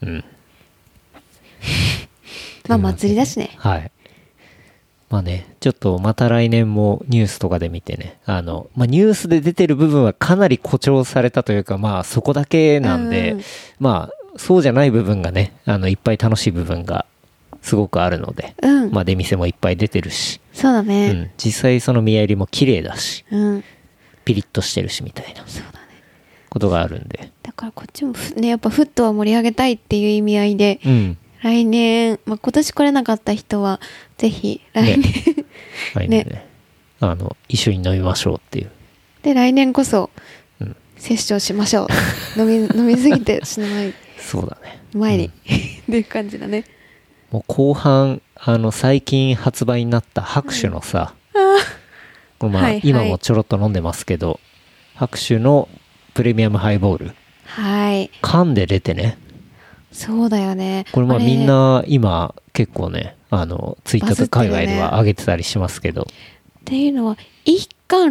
まあ祭りだしね。 はい。まあね、ちょっとまた来年もニュースとかで見てね、まあニュースで出てる部分はかなり誇張されたというか、まあそこだけなんで、まあそうじゃない部分がね、いっぱい楽しい部分がすごくあるので、まあ出店もいっぱい出てるし、 そうだね。 実際その宮入りも綺麗だし、ピリッとしてるしみたいなことがあるんで。 だからこっちもね、やっぱフットは盛り上げたいっていう意味合いで、来年、まあ、今年来れなかった人はぜひ来年ね一緒に飲みましょうっていう。 で来年こそセッションしましょう。飲みすぎて死なないそうだね前に、っていう感じだね。 もう後半最近発売になった白酒のさ、まあ今もちょろっと飲んでますけど、白酒のプレミアムハイボール、缶で出てね。 そうだよね。 これまあみんな今結構ねツイッター海外では上げてたりしますけど、 っていうのは1缶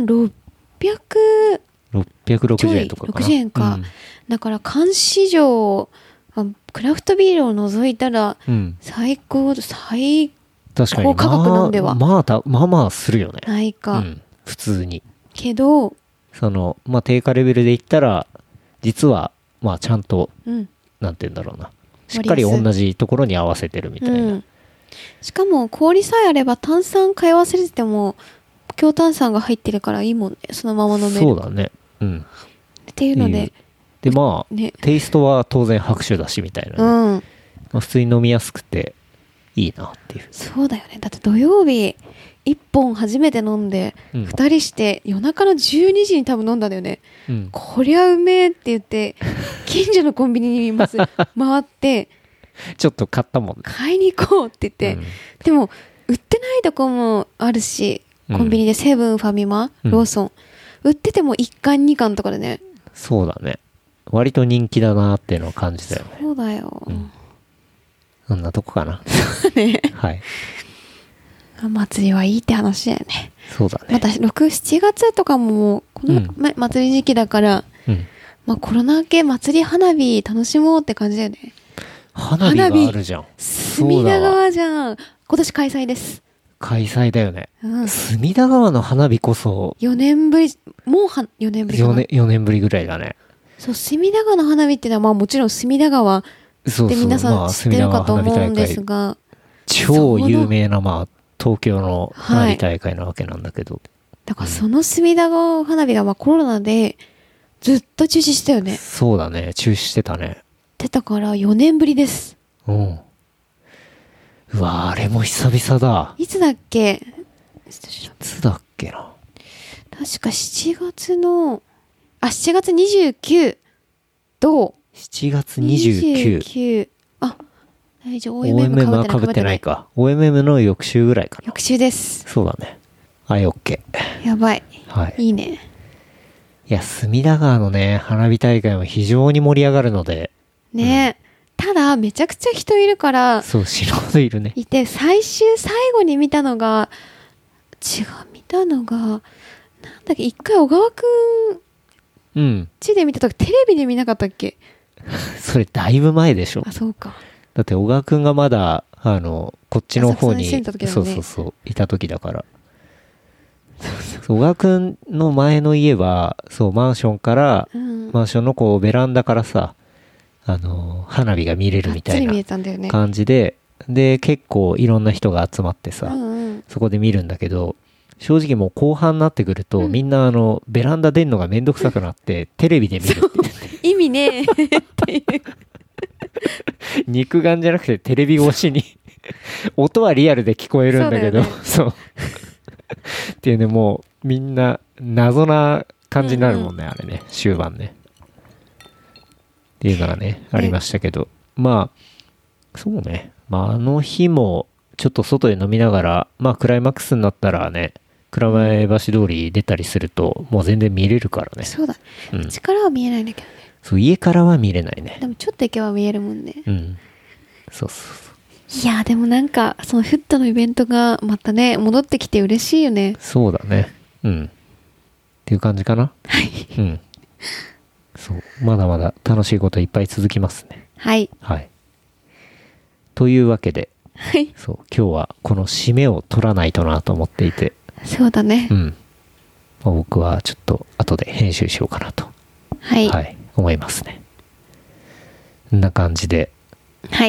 660 円とかかな。 60円か、だから缶市場クラフトビールを除いたら最高価格なんでは、 まあするよね。 ないか、 普通に。 けどまあ定価レベルで言ったら実はまあちゃんと、なんて言うんだろうな、しっかり同じところに合わせてるみたいな、 しかも氷さえあれば炭酸買い忘れてても強炭酸が入ってるからいいもんね。そのまま飲める。 そうだね。 っていうのでまあ、テイストは当然白酒だしみたいな、まあ、普通に飲みやすくていいなっていう。 そうだよね。だって土曜日1本初めて飲んで、2人して夜中の12時に多分飲んだんだよね、こりゃうめえって言って近所のコンビニにまず回ってちょっと買ったもんね。 買いに行こうって言って、でも売ってないとこもあるし、コンビニでセブン、ファミマ、ローソン、売ってても1缶2缶とかでね。 そうだね。割と人気だなっていうのを感じたよね。 そうだよ、 そんなとこかな。 ね、 はい。 祭りはいいって話だよね。 そうだね。 また6、7月とかもこの、祭り時期だから、まあコロナ明け祭り花火楽しもうって感じだよね。 花火があるじゃん。 隅田川じゃん。今年開催です。 開催だよね。隅田川の花火こそ 4年ぶり、もう4年ぶりかな。 4年ぶりぐらいだね。 そう、隅田川の花火っていうのはまあもちろん隅田川って皆さん知ってるかと思うんですが、 超有名なまあ東京の花火大会なわけなんだけど、 だからその隅田川花火がまあコロナでずっと中止したよね。 そうだね、中止してたね。 だから4年ぶりです。 うわ、あれも久々だ。 いつだっけな。 確か7月29と 7月29。 大丈夫。 OMM は被ってないか。OMM の翌週ぐらいかな。 翌週です。 そうだね。OK。 やばい。 はい。 いいね。 いや、隅田川のね、花火大会も非常に盛り上がるので。 ね、ただ、めちゃくちゃ人いるから。 そう、死ぬほどいるね。 いて、最後に見たのが、なんだっけ、一回小川くん、地で見たとき、テレビで見なかったっけそれだいぶ前でしょ。 あ、そうか。 だって小川くんがまだ、こっちの方に、 そう、 いた時だから。小川くんの前の家は、そう、マンションから、マンションのこう、ベランダからさ、花火が見れるみたいな感じで、で、結構いろんな人が集まってさ、そこで見るんだけど、正直もう後半になってくると、みんなベランダ出んのがめんどくさくなって、テレビで見るって意味ねえっていう。 肉眼じゃなくてテレビ越しに音はリアルで聞こえるんだけど、そうっていうね、もうみんな謎な感じになるもんね、あれね、終盤ねっていうのがね、ありましたけど、まあそうね、まああの日もちょっと外で飲みながら、まあクライマックスになったらね、蔵前橋通り出たりするともう全然見れるからね。 そうだ、力は見えないんだけどね。 そう、家からは見れないね。 でもちょっと行けば見えるもんね。 そう。 いやでもなんかそのフットのイベントがまたね戻ってきて嬉しいよね。 そうだね。っていう感じかな。 はい。 そうまだまだ楽しいこといっぱい続きますね。 はい。 はい。というわけで、 はい。 そう今日はこの締めを取らないとなと思っていて。 そうだね。 僕はちょっと後で編集しようかなと。 はい。 はい。思いますね。こんな感じで。 はい。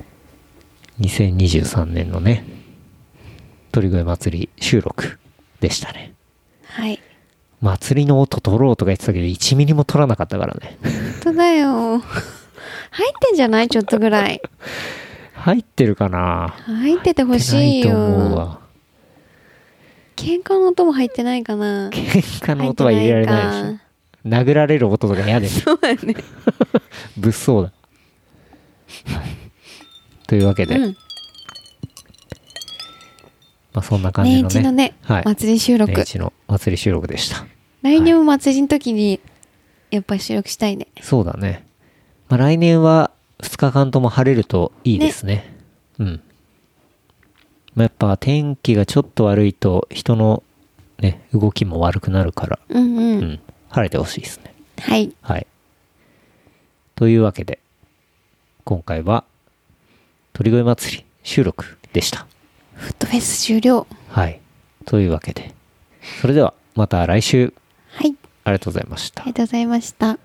2023年のね、鳥越祭り収録でしたね。 はい。 祭りの音取ろうとか言ってたけど、1ミリも取らなかったからね。 本当だよ。入ってんじゃないちょっとぐらい。 入ってるかな。 入っててほしいよ。 入ってないと思うわ。 喧嘩の音も入ってないかな。 喧嘩の音は入れられないでしょ。殴られる音とか嫌です。 そうだね。 物騒だ。というわけで、まあそんな感じのね。 年一のね、祭り収録。 年一の祭り収録でした。 来年も祭りの時にやっぱり収録したいね。 そうだね。まあ来年は2日間とも晴れるといいですね。まあ、やっぱ天気がちょっと悪いと人のね動きも悪くなるから、晴れてほしいですね。 はい。 はい。というわけで今回は鳥越祭り収録でした。 フットフェス終了。 はい。というわけで、それではまた来週。 はい。 ありがとうございました。 ありがとうございました。